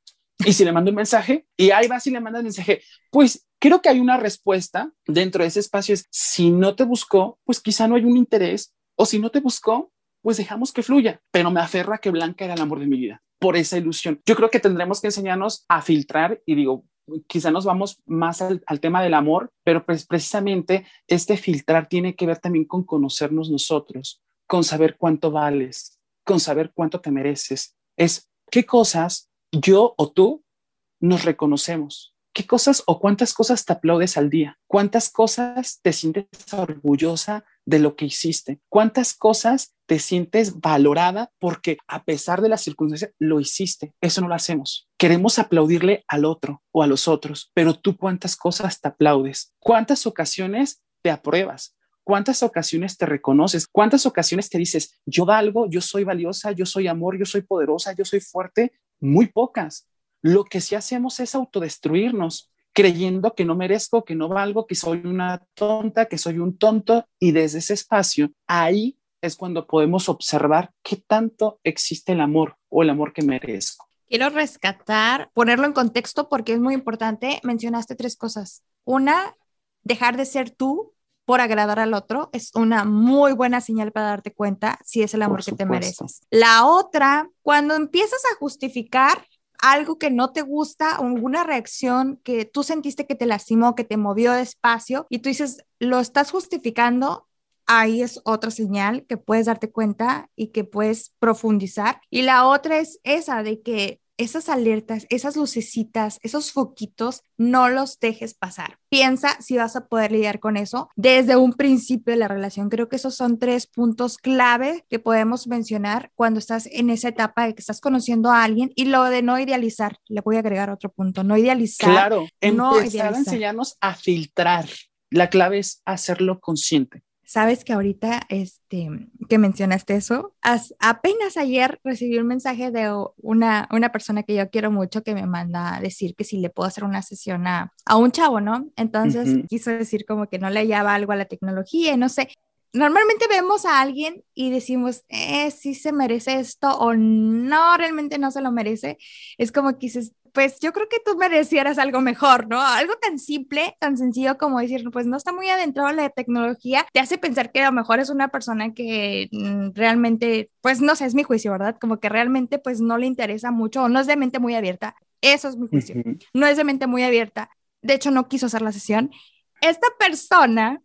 Y si le mando un mensaje y ahí vas y le mandas mensaje, pues creo que hay una respuesta dentro de ese espacio. Es, si no te buscó, pues quizá no hay un interés, o si no te buscó, pues dejamos que fluya. Pero me aferra que Blanca era el amor de mi vida por esa ilusión. Yo creo que tendremos que enseñarnos a filtrar y digo, quizá nos vamos más al tema del amor, pero pues precisamente este filtrar tiene que ver también con conocernos nosotros, con saber cuánto vales, con saber cuánto te mereces. Es qué cosas yo o tú nos reconocemos. ¿Qué cosas o cuántas cosas te aplaudes al día? ¿Cuántas cosas te sientes orgullosa de lo que hiciste? ¿Cuántas cosas te sientes valorada porque a pesar de las circunstancias lo hiciste? Eso no lo hacemos. Queremos aplaudirle al otro o a los otros, pero tú cuántas cosas te aplaudes, cuántas ocasiones te apruebas, cuántas ocasiones te reconoces, cuántas ocasiones te dices, yo valgo, yo soy valiosa, yo soy amor, yo soy poderosa, yo soy fuerte. Muy pocas. Lo que sí hacemos es autodestruirnos, creyendo que no merezco, que no valgo, que soy una tonta, que soy un tonto. Y desde ese espacio, ahí es cuando podemos observar qué tanto existe el amor o el amor que merezco. Quiero rescatar, ponerlo en contexto porque es muy importante. Mencionaste tres cosas. Una, dejar de ser tú por agradar al otro es una muy buena señal para darte cuenta si es el amor que te mereces. La otra, cuando empiezas a justificar algo que no te gusta o alguna reacción que tú sentiste que te lastimó, que te movió despacio y tú dices, lo estás justificando, ahí es otra señal que puedes darte cuenta y que puedes profundizar. Y la otra es esa de que esas alertas, esas lucecitas, esos foquitos, no los dejes pasar. Piensa si vas a poder lidiar con eso desde un principio de la relación. Creo que esos son tres puntos clave que podemos mencionar cuando estás en esa etapa de que estás conociendo a alguien y lo de no idealizar. Le voy a agregar otro punto, no idealizar. Claro, no empezar idealizar. a enseñarnos a filtrar. La clave es hacerlo consciente. Sabes que ahorita que mencionaste eso, apenas ayer recibí un mensaje de una persona que yo quiero mucho que me manda a decir que si le puedo hacer una sesión a un chavo, ¿no? Entonces quiso decir como que no le hallaba algo a la tecnología y no sé. Normalmente vemos a alguien y decimos, sí se merece esto o no, realmente no se lo merece. Es como que dices, pues yo creo que tú merecieras algo mejor, ¿no? Algo tan simple, tan sencillo como decir, pues no está muy adentrado en la tecnología, te hace pensar que a lo mejor es una persona que realmente, pues no sé, es mi juicio, ¿verdad? Como que realmente pues no le interesa mucho o no es de mente muy abierta. Eso es mi juicio. No es de mente muy abierta. De hecho, no quiso hacer la sesión. Esta persona,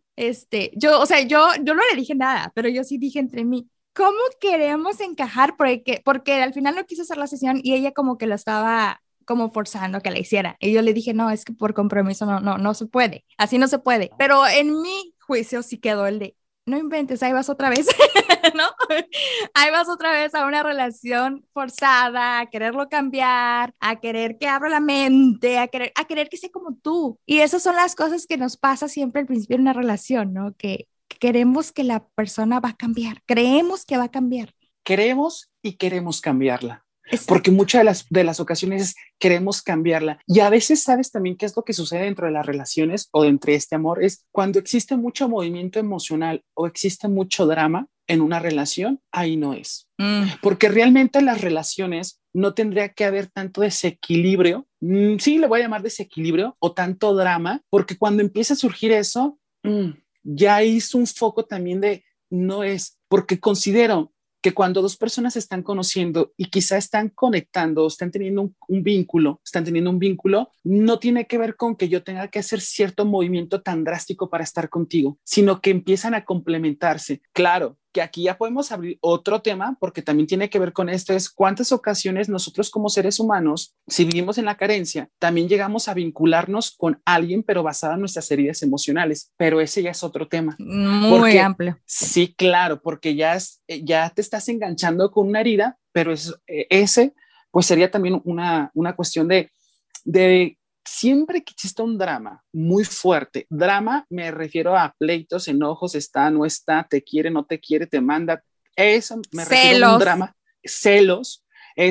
yo no le dije nada, pero yo sí dije entre mí, ¿cómo queremos encajar? Porque al final no quiso hacer la sesión y ella como que lo estaba como forzando a que la hiciera. Y yo le dije, no, es que por compromiso no se puede, así no se puede. Pero en mi juicio sí quedó el de, no inventes, ahí vas otra vez, ¿no? Ahí vas otra vez a una relación forzada, a quererlo cambiar, a querer que abra la mente, a querer que sea como tú. Y esas son las cosas que nos pasa siempre al principio de una relación, ¿no? Que queremos que la persona va a cambiar, creemos que va a cambiar. Queremos y queremos cambiarla. Exacto. Porque muchas de las ocasiones queremos cambiarla. Y a veces sabes también qué es lo que sucede dentro de las relaciones o entre este amor, es cuando existe mucho movimiento emocional o existe mucho drama en una relación, ahí no es. Porque realmente las relaciones no tendría que haber tanto desequilibrio, sí le voy a llamar desequilibrio o tanto drama, porque cuando empieza a surgir eso, ya hizo un foco también de no es, porque considero que cuando dos personas se están conociendo y quizá están conectando, están teniendo un vínculo, no tiene que ver con que yo tenga que hacer cierto movimiento tan drástico para estar contigo, sino que empiezan a complementarse. Claro, que aquí ya podemos abrir otro tema, porque también tiene que ver con esto, es cuántas ocasiones nosotros como seres humanos, si vivimos en la carencia, también llegamos a vincularnos con alguien, pero basada en nuestras heridas emocionales, pero ese ya es otro tema. Muy Porque, amplio. sí, claro, porque ya te estás enganchando con una herida, pero ese pues sería también una cuestión de siempre que exista un drama muy fuerte, drama me refiero a pleitos, enojos, está, no está, te quiere, no te quiere, te manda, eso me refiero a un Celos. drama, celos,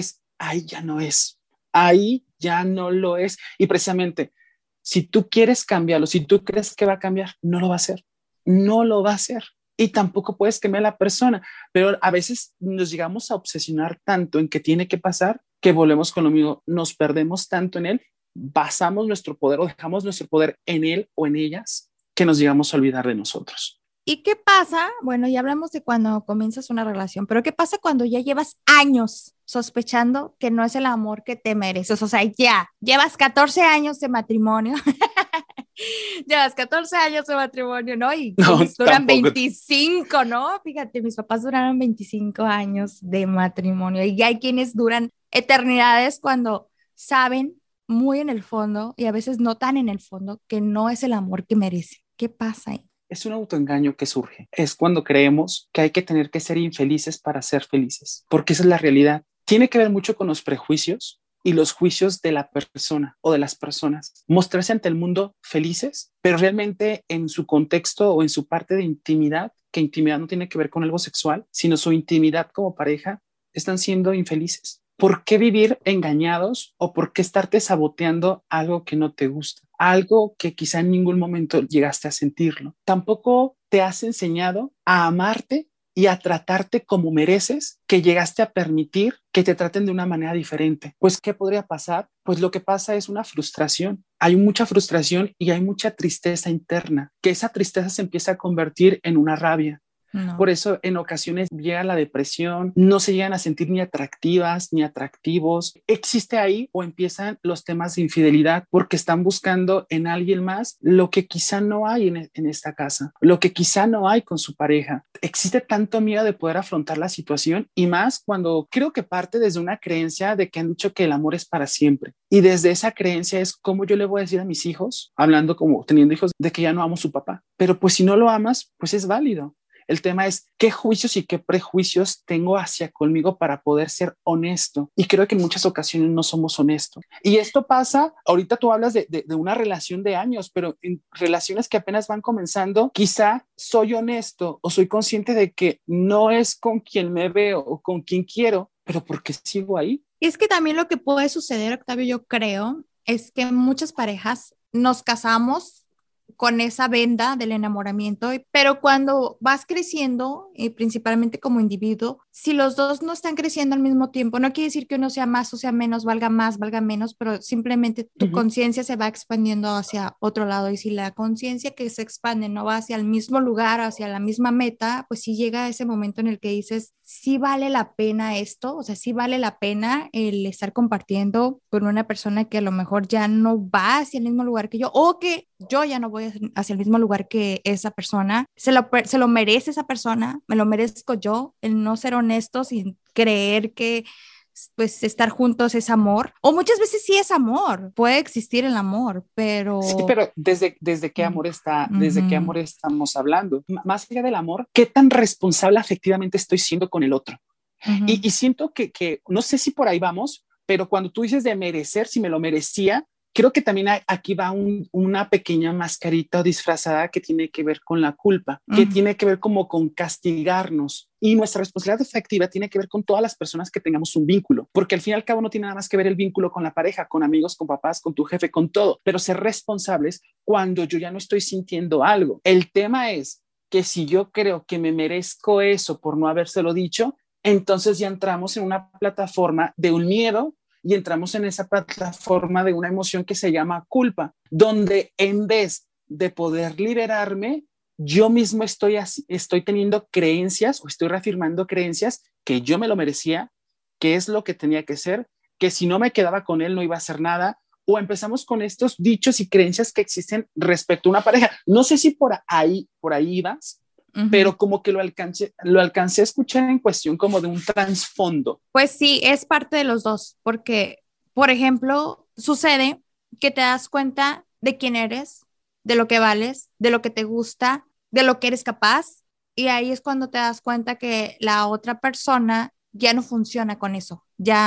ahí ya no lo es. Y precisamente, si tú quieres cambiarlo, si tú crees que va a cambiar, no lo va a hacer, no lo va a hacer. Y tampoco puedes cambiar a la persona, pero a veces nos llegamos a obsesionar tanto en que tiene que pasar que volvemos con lo mismo, nos perdemos tanto en él, basamos nuestro poder o dejamos nuestro poder en él o en ellas que nos llegamos a olvidar de nosotros. ¿Y qué pasa? Bueno, ya hablamos de cuando comienzas una relación, pero ¿qué pasa cuando ya llevas años sospechando que no es el amor que te mereces? O sea, ya llevas 14 años de matrimonio. Llevas 14 años de matrimonio, ¿no? Y No, quienes duran tampoco. 25, ¿no? Fíjate, mis papás duraron 25 años de matrimonio y hay quienes duran eternidades cuando saben muy en el fondo y a veces no tan en el fondo que no es el amor que merecen. ¿Qué pasa ahí? Es un autoengaño que surge. Es cuando creemos que hay que tener que ser infelices para ser felices, porque esa es la realidad. Tiene que ver mucho con los prejuicios y los juicios de la persona o de las personas. Mostrarse ante el mundo felices, pero realmente en su contexto o en su parte de intimidad, que intimidad no tiene que ver con algo sexual, sino su intimidad como pareja, están siendo infelices. ¿Por qué vivir engañados o por qué estarte saboteando algo que no te gusta? Algo que quizá en ningún momento llegaste a sentirlo. Tampoco te has enseñado a amarte y a tratarte como mereces, que llegaste a permitir que te traten de una manera diferente. Pues, ¿qué podría pasar? Pues lo que pasa es una frustración. Hay mucha frustración y hay mucha tristeza interna, que esa tristeza se empieza a convertir en una rabia. No. Por eso en ocasiones llega la depresión, no se llegan a sentir ni atractivas ni atractivos. Existe ahí o empiezan los temas de infidelidad porque están buscando en alguien más lo que quizá no hay en esta casa, lo que quizá no hay con su pareja. Existe tanto miedo de poder afrontar la situación y más cuando creo que parte desde una creencia de que han dicho que el amor es para siempre. Y desde esa creencia es como yo le voy a decir a mis hijos, hablando como teniendo hijos, de que ya no amo a su papá. Pero pues si no lo amas, pues es válido. El tema es qué juicios y qué prejuicios tengo hacia conmigo para poder ser honesto. Y creo que en muchas ocasiones no somos honestos. Y esto pasa, ahorita tú hablas de una relación de años, pero en relaciones que apenas van comenzando, quizá soy honesto o soy consciente de que no es con quien me veo o con quien quiero, pero porque sigo ahí. Y es que también lo que puede suceder, Octavio, yo creo, es que muchas parejas nos casamos con esa venda del enamoramiento, pero cuando vas creciendo, principalmente como individuo, si los dos no están creciendo al mismo tiempo, no quiere decir que uno sea más o sea menos, valga más, valga menos, pero simplemente tu conciencia se va expandiendo hacia otro lado y si la conciencia que se expande no va hacia el mismo lugar, hacia la misma meta, pues sí llega ese momento en el que dices, sí vale la pena esto, o sea, sí vale la pena el estar compartiendo con una persona que a lo mejor ya no va hacia el mismo lugar que yo o que yo ya no voy hacia el mismo lugar que esa persona, se lo merece esa persona, me lo merezco yo, el no ser honesto sin creer que pues estar juntos es amor, o muchas veces sí es amor, puede existir el amor, pero... Sí, pero desde qué amor desde qué amor estamos hablando. Más allá del amor, ¿qué tan responsable afectivamente estoy siendo con el otro? Y siento que, no sé si por ahí vamos, pero cuando tú dices de merecer, si me lo merecía, creo que también aquí va una pequeña mascarita o disfrazada que tiene que ver con la culpa, que tiene que ver como con castigarnos. Y nuestra responsabilidad afectiva tiene que ver con todas las personas que tengamos un vínculo, porque al fin y al cabo no tiene nada más que ver el vínculo con la pareja, con amigos, con papás, con tu jefe, con todo, pero ser responsables cuando yo ya no estoy sintiendo algo. El tema es que si yo creo que me merezco eso por no habérselo dicho, entonces ya entramos en una plataforma de un miedo y entramos en esa plataforma de una emoción que se llama culpa, donde en vez de poder liberarme, yo mismo estoy teniendo creencias o estoy reafirmando creencias que yo me lo merecía, que es lo que tenía que ser, que si no me quedaba con él no iba a hacer nada, o empezamos con estos dichos y creencias que existen respecto a una pareja. No sé si por ahí ibas, Ujú. pero como que lo alcancé a escuchar en cuestión como de un trasfondo. Pues sí, es parte de los dos, porque, por ejemplo, sucede que te das cuenta de quién eres, de lo que vales, de lo que te gusta, de lo que eres capaz, y ahí es cuando te das cuenta que la otra persona ya no funciona con eso.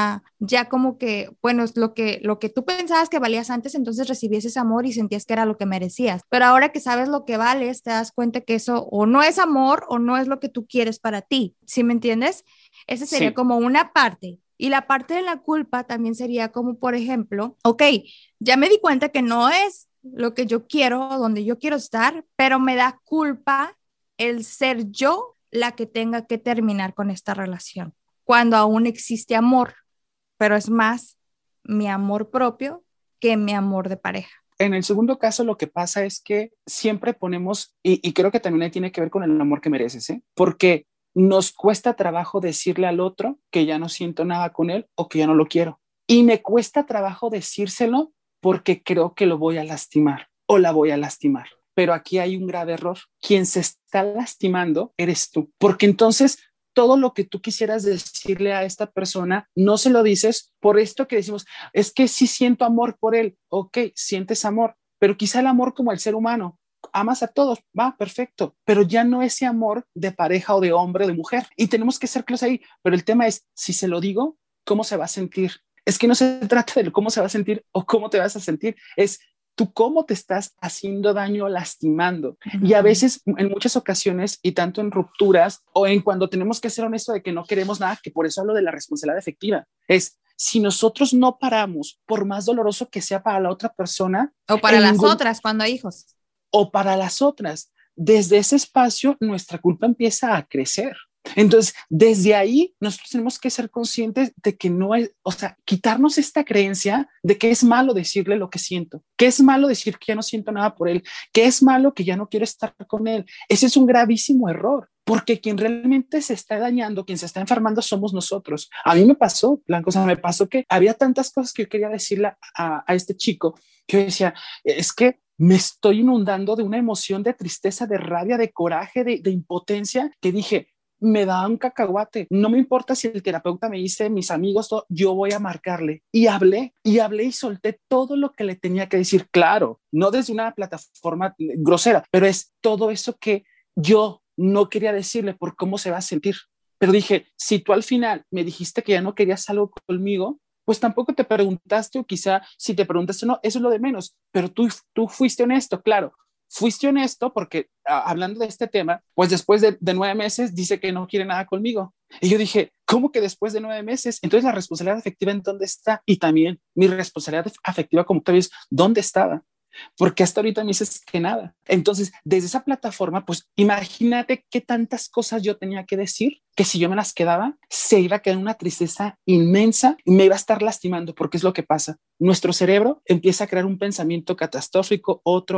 Ya como que, bueno, es lo que tú pensabas que valías antes, entonces recibías ese amor y sentías que era lo que merecías. Pero ahora que sabes lo que vales, te das cuenta que eso o no es amor o no es lo que tú quieres para ti. ¿Sí me entiendes? Esa sería Sí, como una parte. Y la parte de la culpa también sería como, por ejemplo, ok, ya me di cuenta que no es lo que yo quiero, donde yo quiero estar, pero me da culpa el ser yo la que tenga que terminar con esta relación, cuando aún existe amor, pero es más mi amor propio que mi amor de pareja. en el segundo caso lo que pasa es que siempre ponemos, y creo que también ahí tiene que ver con el amor que mereces, ¿eh? Porque nos cuesta trabajo decirle al otro que ya no siento nada con él o que ya no lo quiero. Y me cuesta trabajo decírselo porque creo que lo voy a lastimar o la voy a lastimar. Pero aquí hay un grave error. Quien se está lastimando eres tú, porque entonces todo lo que tú quisieras decirle a esta persona no se lo dices por esto que decimos, es que sí siento amor por él. Ok, sientes amor, pero quizá el amor como el ser humano, amas a todos, va, perfecto, pero ya no ese amor de pareja o de hombre o de mujer. Y tenemos que ser claros ahí, pero el tema es, si se lo digo, ¿cómo se va a sentir? Es que no se trata de cómo se va a sentir o cómo te vas a sentir, es tú cómo te estás haciendo daño, lastimando. Y a Ujú. veces, en muchas ocasiones, y tanto en rupturas o en cuando tenemos que ser honestos de que no queremos nada, que por eso hablo de la responsabilidad afectiva, es si nosotros no paramos, por más doloroso que sea para la otra persona, O para en las ningún, otras, cuando hay hijos. o para las otras, desde ese espacio nuestra culpa empieza a crecer. Entonces, desde ahí nosotros tenemos que ser conscientes de que no es, o sea, quitarnos esta creencia de que es malo decirle lo que siento, que es malo decir que ya no siento nada por él, que es malo que ya no quiero estar con él. Ese es un gravísimo error, porque quien realmente se está dañando, quien se está enfermando somos nosotros. A mí me pasó, Blanco, o sea, me pasó que había tantas cosas que yo quería decirle a este chico que yo decía, es que me estoy inundando de una emoción de tristeza, de rabia, de coraje, de impotencia, que dije, me da un cacahuate. No me importa si el terapeuta me dice, mis amigos, todo, yo voy a marcarle. Y hablé y solté todo lo que le tenía que decir. Claro, no desde una plataforma grosera, pero es todo eso que yo no quería decirle por cómo se va a sentir. Pero dije, si tú al final me dijiste que ya no querías algo conmigo, pues tampoco te preguntaste, o quizá si te preguntaste, no, eso es lo de menos, pero tú fuiste honesto, claro, fuiste honesto porque hablando de este tema, pues después de 9 meses dice que no quiere nada conmigo. Y yo dije, ¿cómo que después de 9 meses? Entonces la responsabilidad afectiva en dónde está y también mi responsabilidad afectiva como tú ves, ¿dónde estaba? Porque hasta ahorita me dices que nada. Entonces, desde esa plataforma, pues imagínate qué tantas cosas yo tenía que decir, que si yo me las quedaba, se iba a quedar una tristeza inmensa y me iba a estar lastimando, porque es lo que pasa. Nuestro cerebro empieza a crear un pensamiento catastrófico,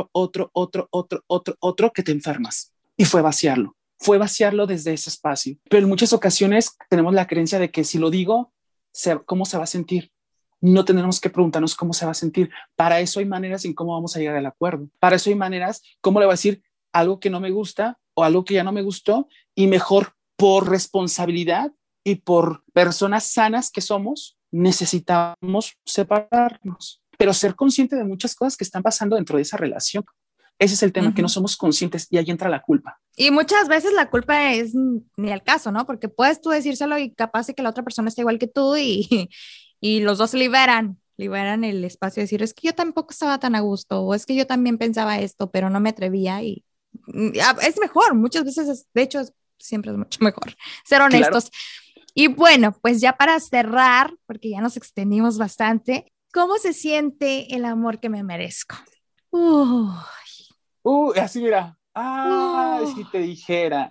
otro, que te enfermas. Y fue vaciarlo desde ese espacio. Pero en muchas ocasiones tenemos la creencia de que si lo digo, ¿cómo se va a sentir? No tenemos que preguntarnos cómo se va a sentir. Para eso hay maneras en cómo vamos a llegar al acuerdo. Para eso hay maneras, cómo le voy a decir algo que no me gusta o algo que ya no me gustó y mejor por responsabilidad y por personas sanas que somos, necesitamos separarnos, pero ser consciente de muchas cosas que están pasando dentro de esa relación. Ese es el tema, que no Ujú. somos conscientes y ahí entra la culpa. Y muchas veces la culpa es ni al caso, ¿no? Porque puedes tú decírselo y capaz de que la otra persona está igual que tú y, y los dos liberan el espacio de decir, es que yo tampoco estaba tan a gusto o es que yo también pensaba esto, pero no me atrevía y es mejor, muchas veces, de hecho, siempre es mucho mejor ser Claro. honestos. Y bueno, pues ya para cerrar, porque ya nos extendimos bastante, ¿cómo se siente el amor que me merezco? Uh, Así mira. Ah, si uh. te dijera.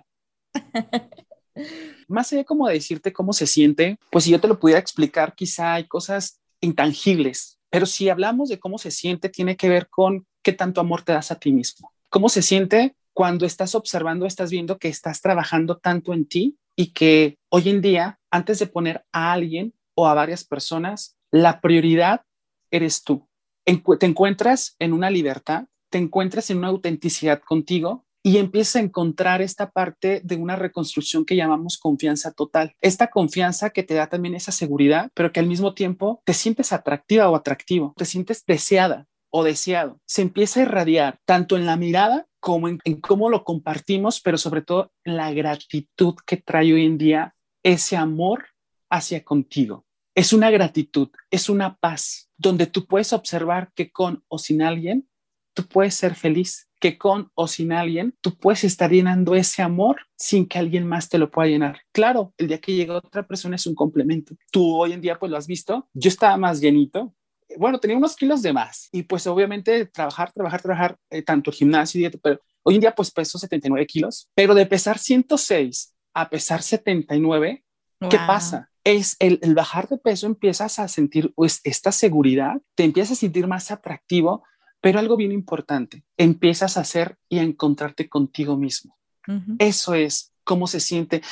Más allá como de decirte cómo se siente, pues si yo te lo pudiera explicar, quizá hay cosas intangibles, pero si hablamos de cómo se siente, tiene que ver con qué tanto amor te das a ti mismo. ¿Cómo se siente cuando estás observando, estás viendo que estás trabajando tanto en ti y que hoy en día, antes de poner a alguien o a varias personas, la prioridad eres tú? Te encuentras en una libertad, te encuentras en una autenticidad contigo y empiezas a encontrar esta parte de una reconstrucción que llamamos confianza total. Esta confianza que te da también esa seguridad, pero que al mismo tiempo te sientes atractiva o atractivo, te sientes deseada o deseado. Se empieza a irradiar tanto en la mirada como en cómo lo compartimos, pero sobre todo la gratitud que trae hoy en día ese amor hacia contigo. Es una gratitud, es una paz, donde tú puedes observar que con o sin alguien, tú puedes ser feliz, que con o sin alguien, tú puedes estar llenando ese amor sin que alguien más te lo pueda llenar. Claro, el día que llega otra persona es un complemento. Tú hoy en día pues lo has visto, yo estaba más llenito, bueno, tenía unos kilos de más y pues obviamente trabajar, tanto el gimnasio y dieta, pero hoy en día pues peso 79 kilos, pero de pesar 106 a pesar 79, wow. ¿Qué pasa? Es el bajar de peso, empiezas a sentir pues, esta seguridad, te empiezas a sentir más atractivo, pero algo bien importante, empiezas a hacer y a encontrarte contigo mismo. Uh-huh. Eso es cómo se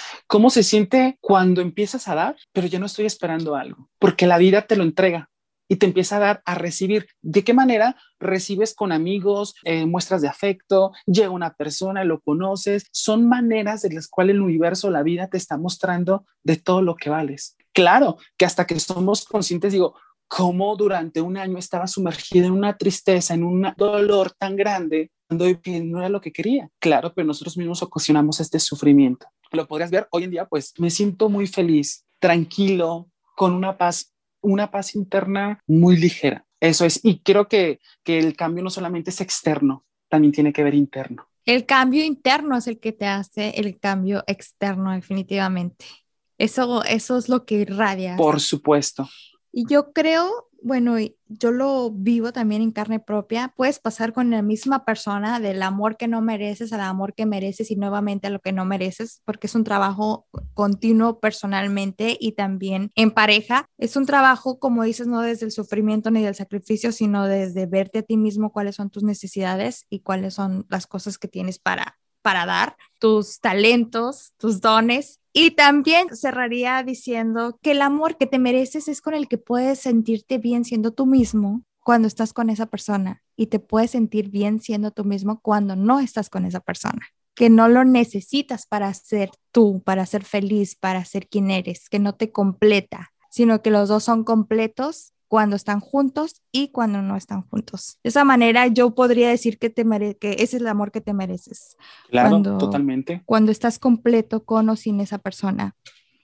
siente cuando empiezas a dar, pero ya no estoy esperando algo, porque la vida te lo entrega y te empieza a dar, a recibir. ¿De qué manera? Recibes con amigos, muestras de afecto, llega una persona, lo conoces. Son maneras de las cuales el universo, la vida te está mostrando de todo lo que vales. Claro que hasta que somos conscientes, digo, cómo durante un año estaba sumergida en una tristeza, en un dolor tan grande, cuando no era lo que quería. Claro, pero nosotros mismos ocasionamos este sufrimiento. Lo podrías ver hoy en día, pues me siento muy feliz, tranquilo, con una paz interna muy ligera. Eso es, y creo que el cambio no solamente es externo, también tiene que ver interno. El cambio interno es el que te hace el cambio externo, definitivamente. Eso es lo que irradia. Por supuesto. Y yo creo, bueno, yo lo vivo también en carne propia, puedes pasar con la misma persona del amor que no mereces al amor que mereces y nuevamente a lo que no mereces, porque es un trabajo continuo personalmente y también en pareja. Es un trabajo, como dices, no desde el sufrimiento ni del sacrificio, sino desde verte a ti mismo cuáles son tus necesidades y cuáles son las cosas que tienes para dar, tus talentos, tus dones. Y también cerraría diciendo que el amor que te mereces es con el que puedes sentirte bien siendo tú mismo cuando estás con esa persona y te puedes sentir bien siendo tú mismo cuando no estás con esa persona, que no lo necesitas para ser tú, para ser feliz, para ser quien eres, que no te completa, sino que los dos son completos cuando están juntos y cuando no están juntos. De esa manera yo podría decir que ese es el amor que te mereces. Claro, totalmente. Cuando estás completo con o sin esa persona.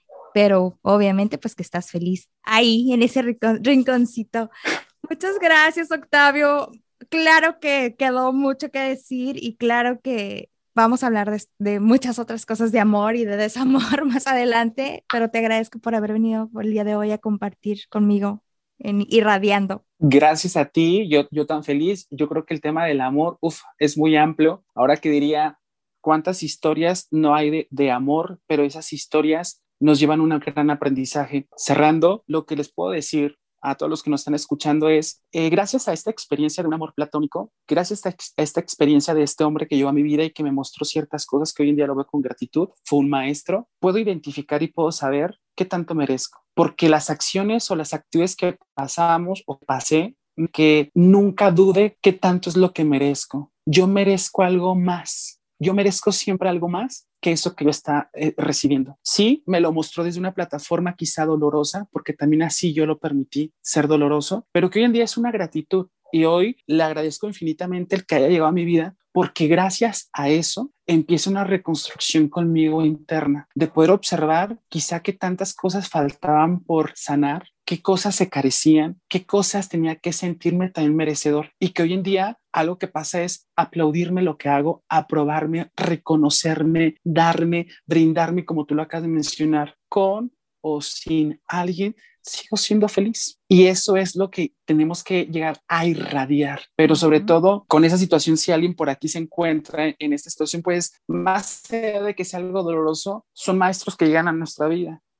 Pero obviamente pues que estás feliz ahí en ese rinconcito. Muchas gracias, Octavio. Claro que quedó mucho que decir y claro que vamos a hablar de muchas otras cosas de amor y de desamor más adelante, pero te agradezco por haber venido el día de hoy a compartir conmigo. Irradiando. Gracias a ti, yo tan feliz. Yo creo que el tema del amor, es muy amplio. Ahora que diría, ¿cuántas historias no hay de amor? Pero esas historias nos llevan a un gran aprendizaje. Cerrando, lo que les puedo decir a todos los que nos están escuchando es, gracias a esta experiencia de un amor platónico, gracias a esta experiencia de este hombre que llevó a mi vida y que me mostró ciertas cosas que hoy en día lo veo con gratitud, fue un maestro, puedo identificar y puedo saber qué tanto merezco, porque las acciones o las actitudes que pasamos o pasé, que nunca dude qué tanto es lo que merezco. Yo merezco algo más. Yo merezco siempre algo más que eso que yo está recibiendo. Sí, me lo mostró desde una plataforma quizá dolorosa, porque también así yo lo permití ser doloroso, pero que hoy en día es una gratitud. Y hoy le agradezco infinitamente el que haya llegado a mi vida, porque gracias a eso empieza una reconstrucción conmigo interna, de poder observar quizá que tantas cosas faltaban por sanar, qué cosas se carecían, qué cosas tenía que sentirme también merecedor, y que hoy en día algo que pasa es aplaudirme lo que hago, aprobarme, reconocerme, darme, brindarme, como tú lo acabas de mencionar, con o sin alguien, sigo siendo feliz. Y eso es lo que tenemos que llegar a irradiar. Pero sobre todo con esa situación, si alguien por aquí se encuentra en esta situación, pues más allá de que sea algo doloroso, son maestros que llegan a nuestra vida.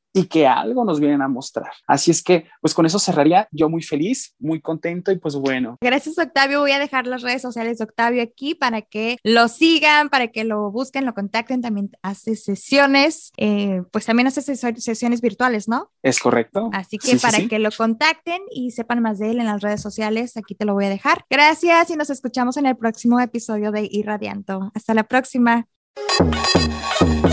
y que algo nos vienen a mostrar. Así es que, pues con eso cerraría, yo muy feliz, muy contento y pues bueno. Gracias, Octavio. Voy a dejar las redes sociales de Octavio aquí para que lo sigan, para que lo busquen, lo contacten. También hace sesiones, pues también hace sesiones virtuales, ¿no? Es correcto. Así que para que lo contacten y sepan más de él en las redes sociales, aquí te lo voy a dejar. Gracias y nos escuchamos en el próximo episodio de Irradiando. Hasta la próxima.